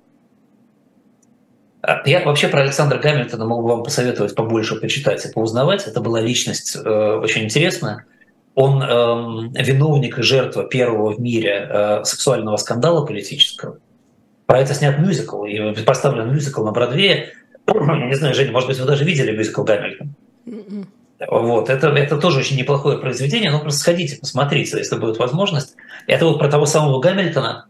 Я вообще про Александра Гамильтона могу вам посоветовать побольше почитать и поузнавать. Это была личность очень интересная. Он виновник и жертва первого в мире сексуального скандала политического. Про это снят мюзикл, и поставлен мюзикл на Бродвее. Я не знаю, Женя, может быть, вы даже видели мюзикл «Гамильтон»? Вот, это тоже очень неплохое произведение, но просто сходите, посмотрите, если будет возможность. Это вот про того самого Гамильтона,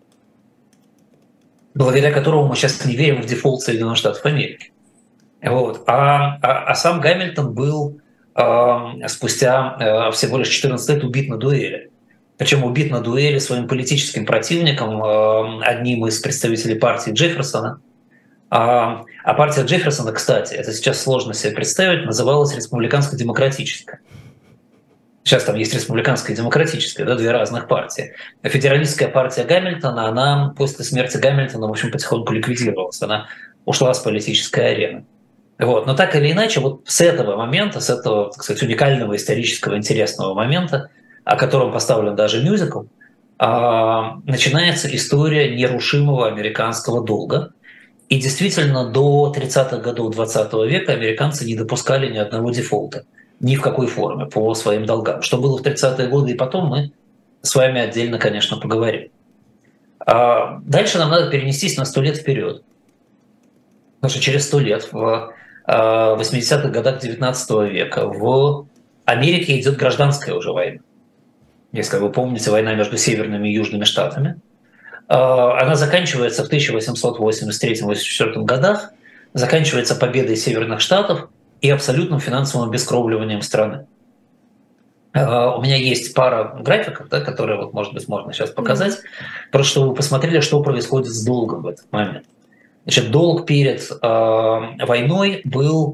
благодаря которому мы сейчас не верим в дефолт Соединенных Штатов Америки. Вот. А сам Гамильтон был спустя всего лишь 14 лет убит на дуэли. причем убит на дуэли своим политическим противником, одним из представителей партии Джефферсона. А партия Джефферсона, кстати, это сейчас сложно себе представить, называлась республиканско-демократическая. Сейчас там есть республиканская и демократическая, да, две разных партии. А федералистская партия Гамильтона, она после смерти Гамильтона, в общем, потихоньку ликвидировалась. Она ушла с политической арены. Вот. Но так или иначе, вот с этого момента, с этого, так сказать, уникального исторического интересного момента, о котором поставлен даже мюзикл, начинается история нерушимого американского долга. И действительно, до 30-х годов 20 века американцы не допускали ни одного дефолта, ни в какой форме, по своим долгам. Что было в 30-е годы и потом, мы с вами отдельно, конечно, поговорим. Дальше нам надо перенестись на 100 лет вперед. Потому что через 100 лет, в 80-х годах 19 века, в Америке идет гражданская уже война. Если вы помните, война между северными и южными штатами. Она заканчивается в 1883-1884 годах, заканчивается победой северных штатов и абсолютным финансовым обескровливанием страны. У меня есть пара графиков, да, которые, вот, может быть, можно сейчас показать, просто чтобы вы посмотрели, что происходит с долгом в этот момент. Значит, долг перед войной был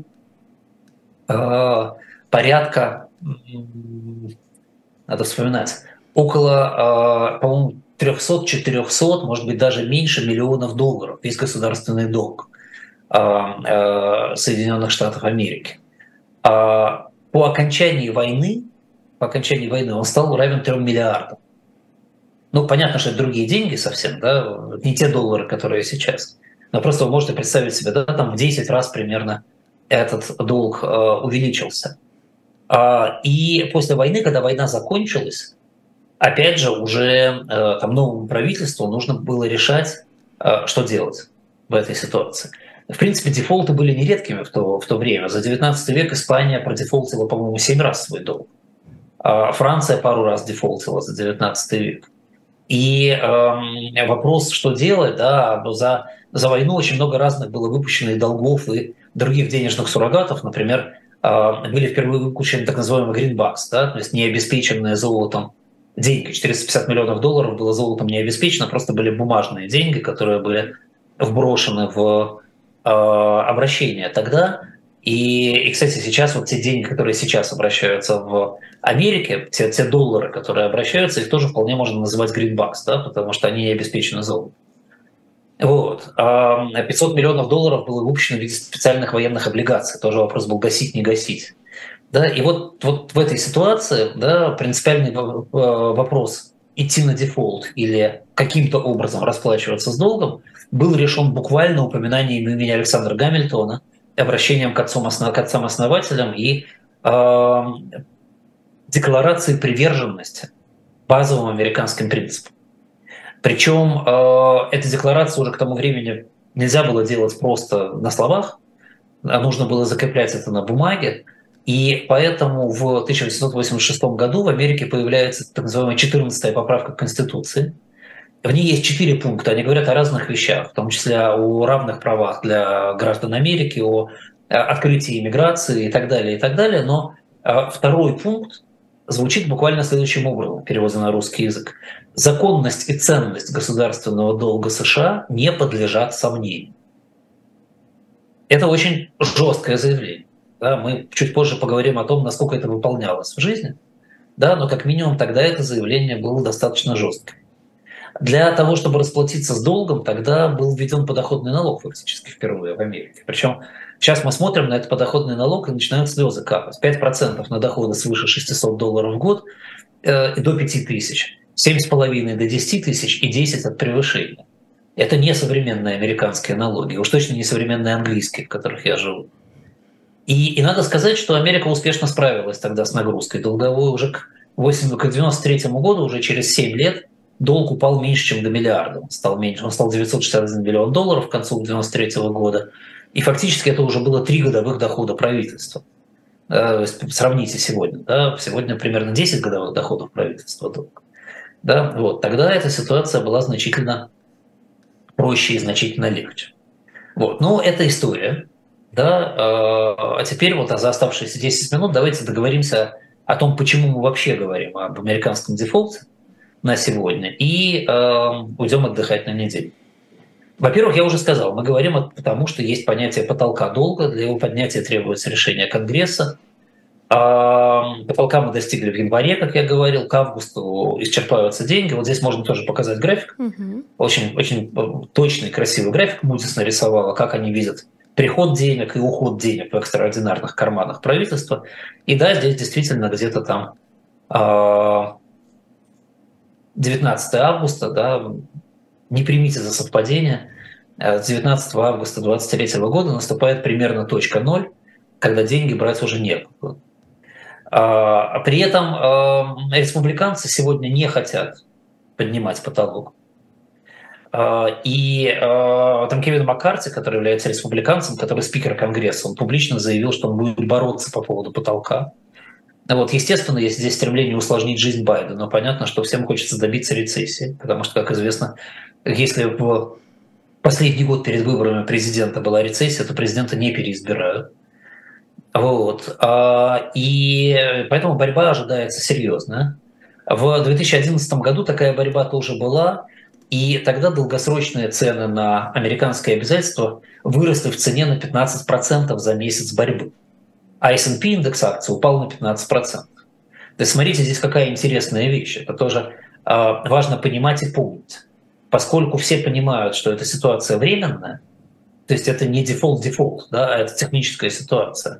порядка, надо вспоминать, около, по-моему, 300-400, может быть, даже меньше миллионов долларов, весь государственный долг Соединенных Штатов Америки. По окончании войны он стал равен 3 миллиардам. Ну, понятно, что это другие деньги совсем, да, не те доллары, которые сейчас. Но просто вы можете представить себе, да, там в 10 раз примерно этот долг увеличился. И после войны, когда война закончилась, опять же, уже там, новому правительству нужно было решать, что делать в этой ситуации. В принципе, дефолты были нередкими в то время. За 19 век Испания продефолтила, по-моему, 7 раз свой долг. Франция пару раз дефолтила за 19 век. И вопрос, что делать, да, за войну очень много разных было выпущено и долгов, и других денежных суррогатов. Например, были впервые выпущены так называемые гринбакс, да, то есть необеспеченные золотом деньги. 450 миллионов долларов было золотом не обеспечено, просто были бумажные деньги, которые были вброшены в обращение тогда. И, кстати, сейчас вот те деньги, которые сейчас обращаются в Америке, те доллары, которые обращаются, их тоже вполне можно называть гринбакс, да, потому что они не обеспечены золотом. Вот. 500 миллионов долларов было выпущено в виде специальных военных облигаций. Тоже вопрос был гасить, не гасить. Да, и вот в этой ситуации, да, принципиальный вопрос идти на дефолт или каким-то образом расплачиваться с долгом был решен буквально упоминанием имени Александра Гамильтона, обращением к отцам-основателям и декларацией приверженности базовым американским принципам. Причем эта декларация уже к тому времени нельзя было делать просто на словах, а нужно было закреплять это на бумаге. И поэтому в 1886 году в Америке появляется так называемая 14-я поправка к Конституции. В ней есть 4 пункта, они говорят о разных вещах, в том числе о равных правах для граждан Америки, о открытии иммиграции и так далее, но второй пункт звучит буквально следующим образом в переводе на русский язык. Законность и ценность государственного долга США не подлежат сомнению. Это очень жесткое заявление. Да, мы чуть позже поговорим о том, насколько это выполнялось в жизни, да, но как минимум тогда это заявление было достаточно жестким. Для того, чтобы расплатиться с долгом, тогда был введен подоходный налог фактически впервые в Америке. Причем сейчас мы смотрим на этот подоходный налог и начинают слезы капать. 5% на доходы свыше $600 в год и до 5000, 7,5 до 10 тысяч и 10 от превышения. Это не современные американские налоги, уж точно не современные английские, в которых я живу. И надо сказать, что Америка успешно справилась тогда с нагрузкой долговой. Уже к 1993 году, уже через 7 лет, долг упал меньше, чем до миллиарда. Он стал меньше. Он стал $961 миллион к концу 1993 года. И фактически это уже было 3 годовых дохода правительства. Сравните сегодня. Да? Сегодня примерно 10 годовых доходов правительства долга. Да? Вот. Тогда эта ситуация была значительно проще и значительно легче. Вот. Но это история. Да? А теперь вот за оставшиеся 10 минут давайте договоримся о том, почему мы вообще говорим об американском дефолте. на сегодня и уйдем отдыхать на неделю. Во-первых, я уже сказал, мы говорим потому, что есть понятие потолка долга, для его поднятия требуется решение Конгресса. Потолка мы достигли в январе, как я говорил, к августу исчерпаются деньги. Вот здесь можно тоже показать график. Очень, очень точный, красивый график Moody's нарисовала, как они видят приход денег и уход денег в экстраординарных карманах правительства. И да, здесь действительно где-то там 19 августа, да, не примите за совпадение, с 19 августа 2023 года наступает примерно точка ноль, когда деньги брать уже некуда. При этом республиканцы сегодня не хотят поднимать потолок. И там Кевин Маккарти, который является республиканцем, который спикер Конгресса, он публично заявил, что он будет бороться по поводу потолка. Вот, естественно, есть здесь стремление усложнить жизнь Байдена, но понятно, что всем хочется добиться рецессии, потому что, как известно, если в последний год перед выборами президента была рецессия, то президента не переизбирают. Вот. И поэтому борьба ожидается серьезная. В 2011 году такая борьба тоже была, и тогда долгосрочные цены на американские обязательства выросли в цене на 15% за месяц борьбы. А S&P индекс акций упал на 15%. То есть смотрите, здесь какая интересная вещь. Это тоже важно понимать и помнить. Поскольку все понимают, что эта ситуация временная, то есть это не дефолт, да, а это техническая ситуация,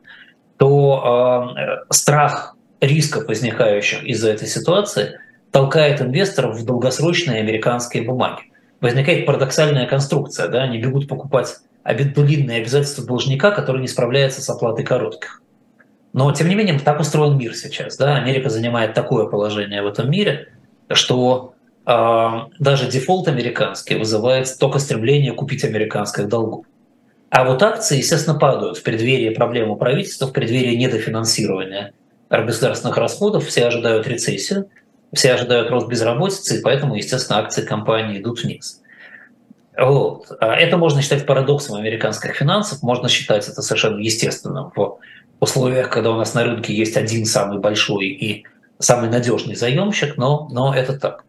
то страх рисков, возникающих из-за этой ситуации, толкает инвесторов в долгосрочные американские бумаги. Возникает парадоксальная конструкция. Да, они бегут покупать длинные обязательства должника, который не справляется с оплатой коротких. Но, тем не менее, так устроен мир сейчас. Да? Америка занимает такое положение в этом мире, что даже дефолт американский вызывает только стремление купить американских долгов. А вот акции, естественно, падают в преддверии проблем у правительства, в преддверии недофинансирования государственных расходов. Все ожидают рецессию, все ожидают рост безработицы, и поэтому, естественно, акции компании идут вниз. Вот. Это можно считать парадоксом американских финансов, можно считать это совершенно естественным в условиях, когда у нас на рынке есть один самый большой и самый надежный заемщик, но это так.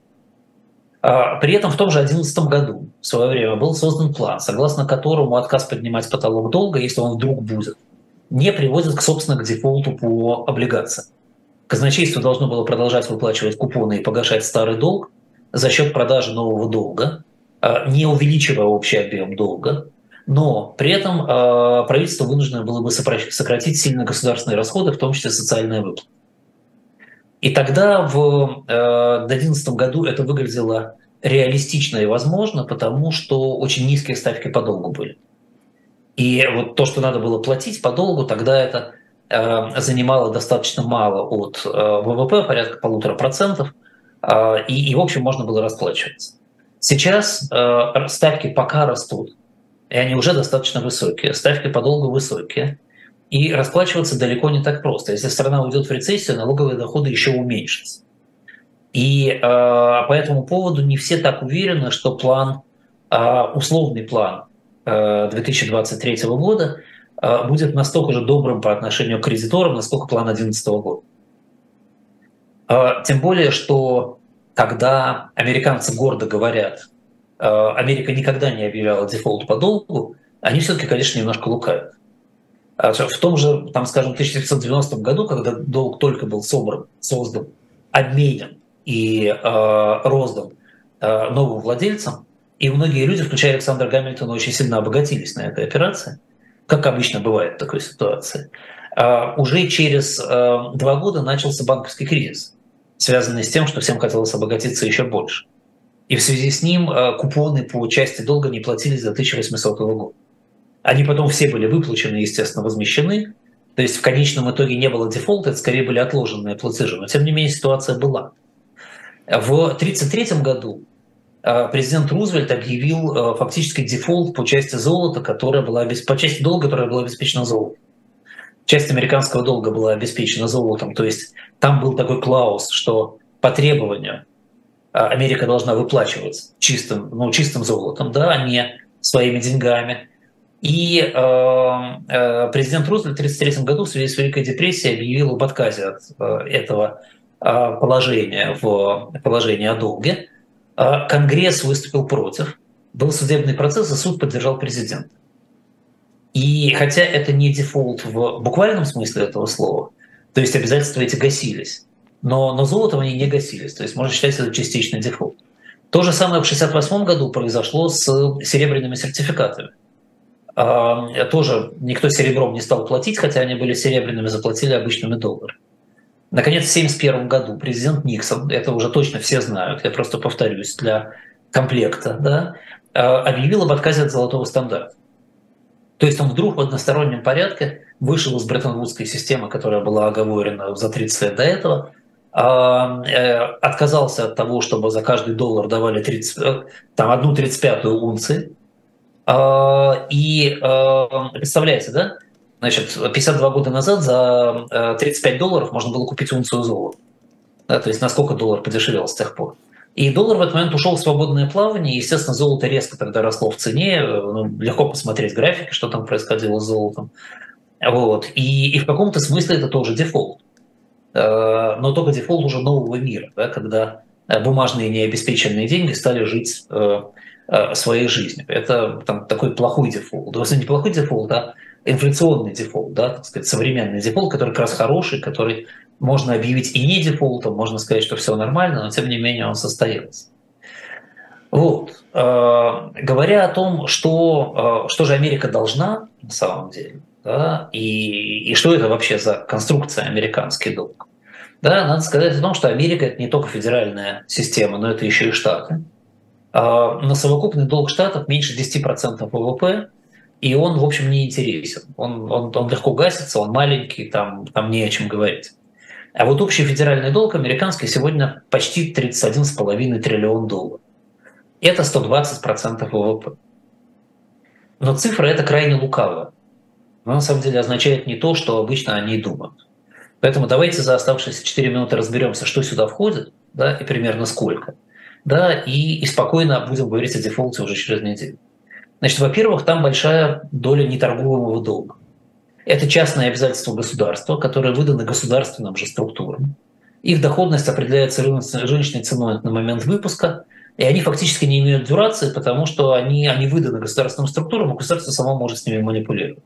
При этом в том же 2011 году в свое время был создан план, согласно которому отказ поднимать потолок долга, если он вдруг будет, не приводит, собственно, к дефолту по облигациям. Казначейство должно было продолжать выплачивать купоны и погашать старый долг за счет продажи нового долга, не увеличивая общий объем долга, но при этом правительство вынуждено было бы сократить сильно государственные расходы, в том числе социальные выплаты. И тогда в 2011 году это выглядело реалистично и возможно, потому что очень низкие ставки по долгу были. И вот то, что надо было платить по долгу, тогда это занимало достаточно мало от ВВП, порядка 1,5%, и, в общем, можно было расплачиваться. Сейчас ставки пока растут, и они уже достаточно высокие, ставки по долгу высокие, и расплачиваться далеко не так просто. Если страна уйдет в рецессию, налоговые доходы еще уменьшатся. И по этому поводу не все так уверены, что план, условный план 2023 года будет настолько же добрым по отношению к кредиторам, насколько план 2011 года. Тем более, что когда американцы гордо говорят, Америка никогда не объявляла дефолт по долгу, они все-таки, конечно, немножко лукавят. В том же, там, скажем, 1990 году, когда долг только был создан, обменен и роздан новым владельцам, и многие люди, включая Александра Гамильтона, очень сильно обогатились на этой операции, как обычно бывает в такой ситуации. Уже через 2 года начался банковский кризис, связанный с тем, что всем хотелось обогатиться еще больше. И в связи с ним купоны по части долга не платились до 1800 года. Они потом все были выплачены, естественно, возмещены. То есть в конечном итоге не было дефолта, это скорее были отложенные платежи. Но тем не менее ситуация была. В 1933 году президент Рузвельт объявил фактически дефолт по части золота, по части долга, которая была обеспечена золотом. Часть американского долга была обеспечена золотом. То есть там был такой клаус, что по требованию Америка должна выплачивать чистым золотом, да, а не своими деньгами. И президент Рузвельт в 1933 году в связи с Великой депрессией объявил об отказе от этого положение о долге. Конгресс выступил против, был судебный процесс, и суд поддержал президента. И хотя это не дефолт в буквальном смысле этого слова, то есть обязательства эти гасились, но золотом они не гасились, то есть можно считать это частичный дефолт. То же самое в 1968 году произошло с серебряными сертификатами. Тоже никто серебром не стал платить, хотя они были серебряными, заплатили обычными долларами. Наконец, в 1971 году президент Никсон, это уже точно все знают, я просто повторюсь для комплекта, да, объявил об отказе от золотого стандарта. То есть он вдруг в одностороннем порядке вышел из Бреттон-Вудской системы, которая была оговорена за 30 лет до этого, отказался от того, чтобы за каждый доллар давали 1/35 унции. И представляете, да? Значит, 52 года назад за $35 можно было купить унцию золота. Да, то есть насколько доллар подешевел с тех пор. И доллар в этот момент ушел в свободное плавание, и, естественно, золото резко тогда росло в цене. Легко посмотреть графики, что там происходило с золотом. Вот. И в каком-то смысле это тоже дефолт. Но только дефолт уже нового мира, да, когда бумажные необеспеченные деньги стали жить своей жизнью. Это там, такой плохой дефолт. Это не плохой дефолт, а инфляционный дефолт, да, так сказать, современный дефолт, который как раз хороший, который можно объявить и не дефолтом, можно сказать, что все нормально, но тем не менее он состоялся. Вот. Говоря о том, что же Америка должна на самом деле, да, и что это вообще за конструкция американский долг, да, надо сказать о том, что Америка – это не только федеральная система, но это еще и штаты. На совокупный долг штатов меньше 10% ВВП, и он, в общем, не интересен. Он легко гасится, он маленький, там не о чем говорить. А вот общий федеральный долг американский сегодня почти $31,5 триллион. Это 120% ВВП. Но цифра эта крайне лукавая. Она на самом деле означает не то, что обычно они думают. Поэтому давайте за оставшиеся 4 минуты разберемся, что сюда входит, да, и примерно сколько. Да, и спокойно будем говорить о дефолте уже через неделю. Значит, во-первых, там большая доля неторгуемого долга. Это частные обязательства государства, которые выданы государственным же структурам. Их доходность определяется рыночной ценой на момент выпуска, и они фактически не имеют дюрации, потому что они выданы государственным структурам, и государство само может с ними манипулировать.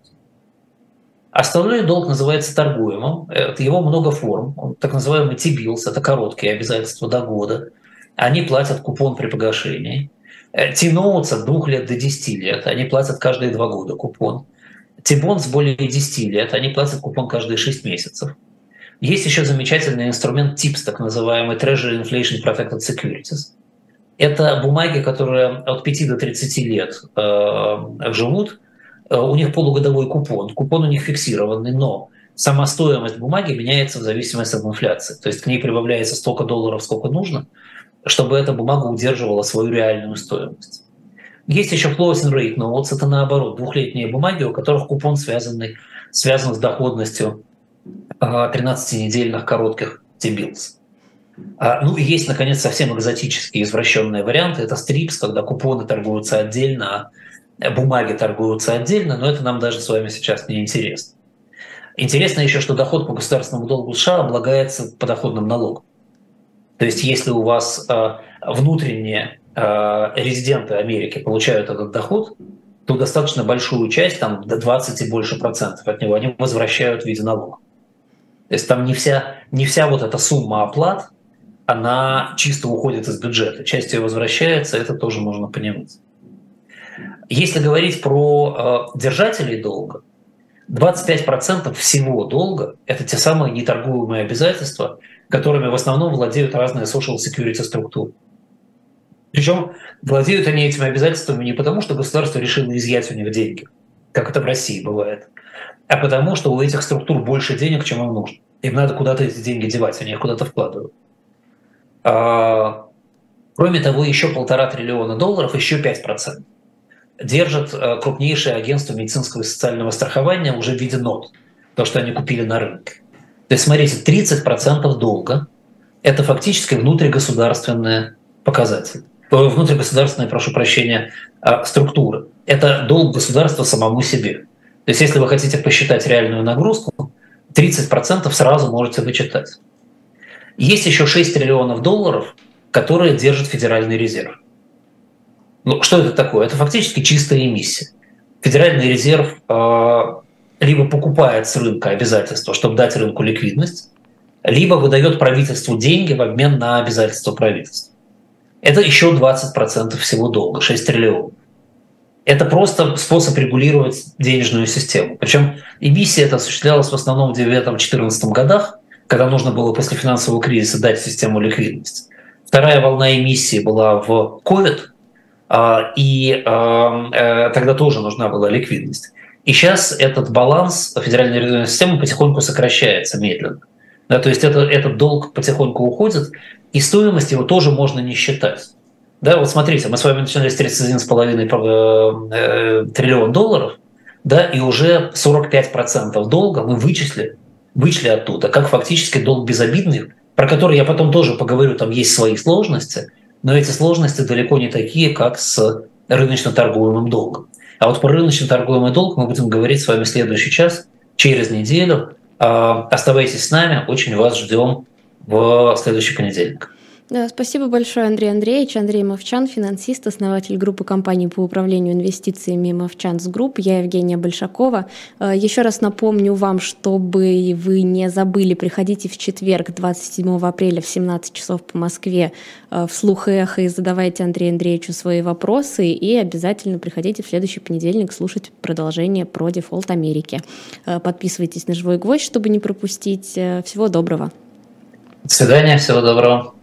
Основной долг называется торгуемым. Его много форм. Так называемый T-bills, это короткие обязательства до года. Они платят купон при погашении. T-notes от 2 лет до 10 лет. Они платят каждые 2 года купон. T-bonds более 10 лет. Они платят купон каждые 6 месяцев. Есть еще замечательный инструмент TIPS, так называемый Treasury Inflation Protected Securities. Это бумаги, которые от 5 до 30 лет живут. У них полугодовой купон. Купон у них фиксированный, но сама стоимость бумаги меняется в зависимости от инфляции. То есть к ней прибавляется столько долларов, сколько нужно, чтобы эта бумага удерживала свою реальную стоимость. Есть еще floating rate notes, это наоборот, двухлетние бумаги, у которых купон связан с доходностью 13-недельных коротких T-bills. Ну и есть, наконец, совсем экзотические извращенные варианты. Это стрипс, когда купоны торгуются отдельно, а бумаги торгуются отдельно, но это нам даже с вами сейчас не интересно. Интересно еще, что доход по государственному долгу США облагается подоходным налогом. То есть если у вас внутренние резиденты Америки получают этот доход, то достаточно большую часть, там до 20 и больше процентов от него, они возвращают в виде налога. То есть там не вся вот эта сумма оплат, она чисто уходит из бюджета. Часть ее возвращается, это тоже можно понимать. Если говорить про держателей долга, 25% всего долга – это те самые неторгуемые обязательства, которыми в основном владеют разные social security структуры. Причем владеют они этими обязательствами не потому, что государство решило изъять у них деньги, как это в России бывает, а потому, что у этих структур больше денег, чем им нужно. Им надо куда-то эти деньги девать, они их куда-то вкладывают. Кроме того, еще $1,5 триллиона, еще 5% держат крупнейшие агентства медицинского и социального страхования уже в виде нот, то, что они купили на рынке. То есть, смотрите, 30% долга – это фактически внутригосударственные показатели. Внутригосударственные, прошу прощения, структуры. Это долг государства самому себе. То есть, если вы хотите посчитать реальную нагрузку, 30% сразу можете вычитать. Есть еще 6 триллионов долларов, которые держит Федеральный резерв. Ну, что это такое? Это фактически чистая эмиссия. Федеральный резерв либо покупает с рынка обязательства, чтобы дать рынку ликвидность, либо выдает правительству деньги в обмен на обязательства правительства. Это еще 20% всего долга, 6 триллионов. Это просто способ регулировать денежную систему. Причем эмиссия эта осуществлялась в основном в 2009-2014 годах, когда нужно было после финансового кризиса дать систему ликвидности. Вторая волна эмиссии была в COVID, и тогда тоже нужна была ликвидность. И сейчас этот баланс Федеральной резервной системы потихоньку сокращается медленно. Да, то есть этот долг потихоньку уходит, и стоимость его тоже можно не считать. Да, вот смотрите, мы с вами начинали с 31,5 триллион долларов, да, и уже 45% долга мы вычли оттуда, как фактически долг безобидный, про который я потом тоже поговорю, там есть свои сложности, но эти сложности далеко не такие, как с рыночно торгуемым долгом. А вот про рыночно торгуемый долг мы будем говорить с вами в следующий час, через неделю. Оставайтесь с нами, очень вас ждем в следующий понедельник. Да, спасибо большое, Андрей Андреевич. Андрей Мовчан, финансист, основатель группы компаний по управлению инвестициями Мовчанс Групп. Я Евгения Большакова. Еще раз напомню вам, чтобы вы не забыли, приходите в четверг, 27 апреля в 17 часов по Москве в «Слух и эхо» и задавайте Андрею Андреевичу свои вопросы. И обязательно приходите в следующий понедельник слушать продолжение про дефолт Америки. Подписывайтесь на «Живой гвоздь», чтобы не пропустить. Всего доброго. До свидания, всего доброго.